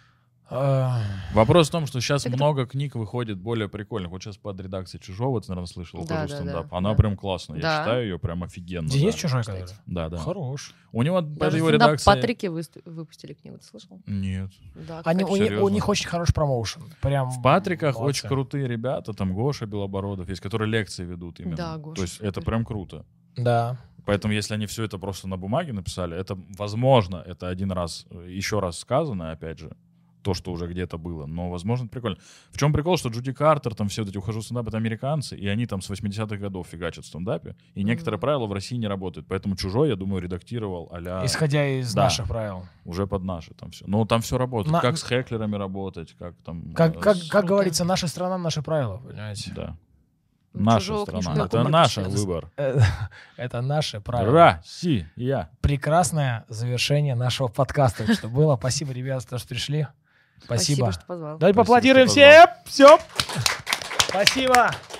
А, Вопрос в том, что сейчас Так это- много книг выходит более прикольных. Вот сейчас под редакцией Чужого, ты, наверное, слышал, Да, тоже да, стендап. да, Она да. прям классная. Я Да. читаю ее прям офигенно. Денис да. Чужой, кстати. который? Да, да. Хорош. У него даже Даже его стендап редакция... Патрики высту- выпустили книгу, ты слышал? Нет. Да, Они, какая-то у, них, у серьезно? них очень хороший промоушен. Прям В Патриках молодцы. очень крутые ребята. Там Гоша Белобородов есть, которые лекции ведут именно. Да, Гоша То есть это супер. прям круто. Да. Поэтому если они все это просто на бумаге написали, это, возможно, это один раз, э, еще раз сказано, опять же, то, что уже где-то было, но, возможно, это прикольно. В чем прикол, что Джуди Картер, там все вот эти ухожу в стендап, это американцы, и они там с восьмидесятых годов фигачат в стендапе, и некоторые Мгм. правила в России не работают, поэтому «Чужой», я думаю, редактировал а-ля Исходя из да. наших правил. уже под наши там все. Но там все работает. На- Как с хеклерами работать, как там... Как, э, как, с- как Круто. говорится, наша страна, наши правила, понимаете? Да. Ну, Наша «Чужого» страна. книжку я Это помню, наш читала. выбор. Э, Это наши правила. Россия. Прекрасное завершение нашего подкаста, что было. Спасибо, ребята, за то, что пришли. Спасибо. Спасибо, что позвал. Давайте Спасибо, поаплодируем что позвал. всем. Все. Спасибо.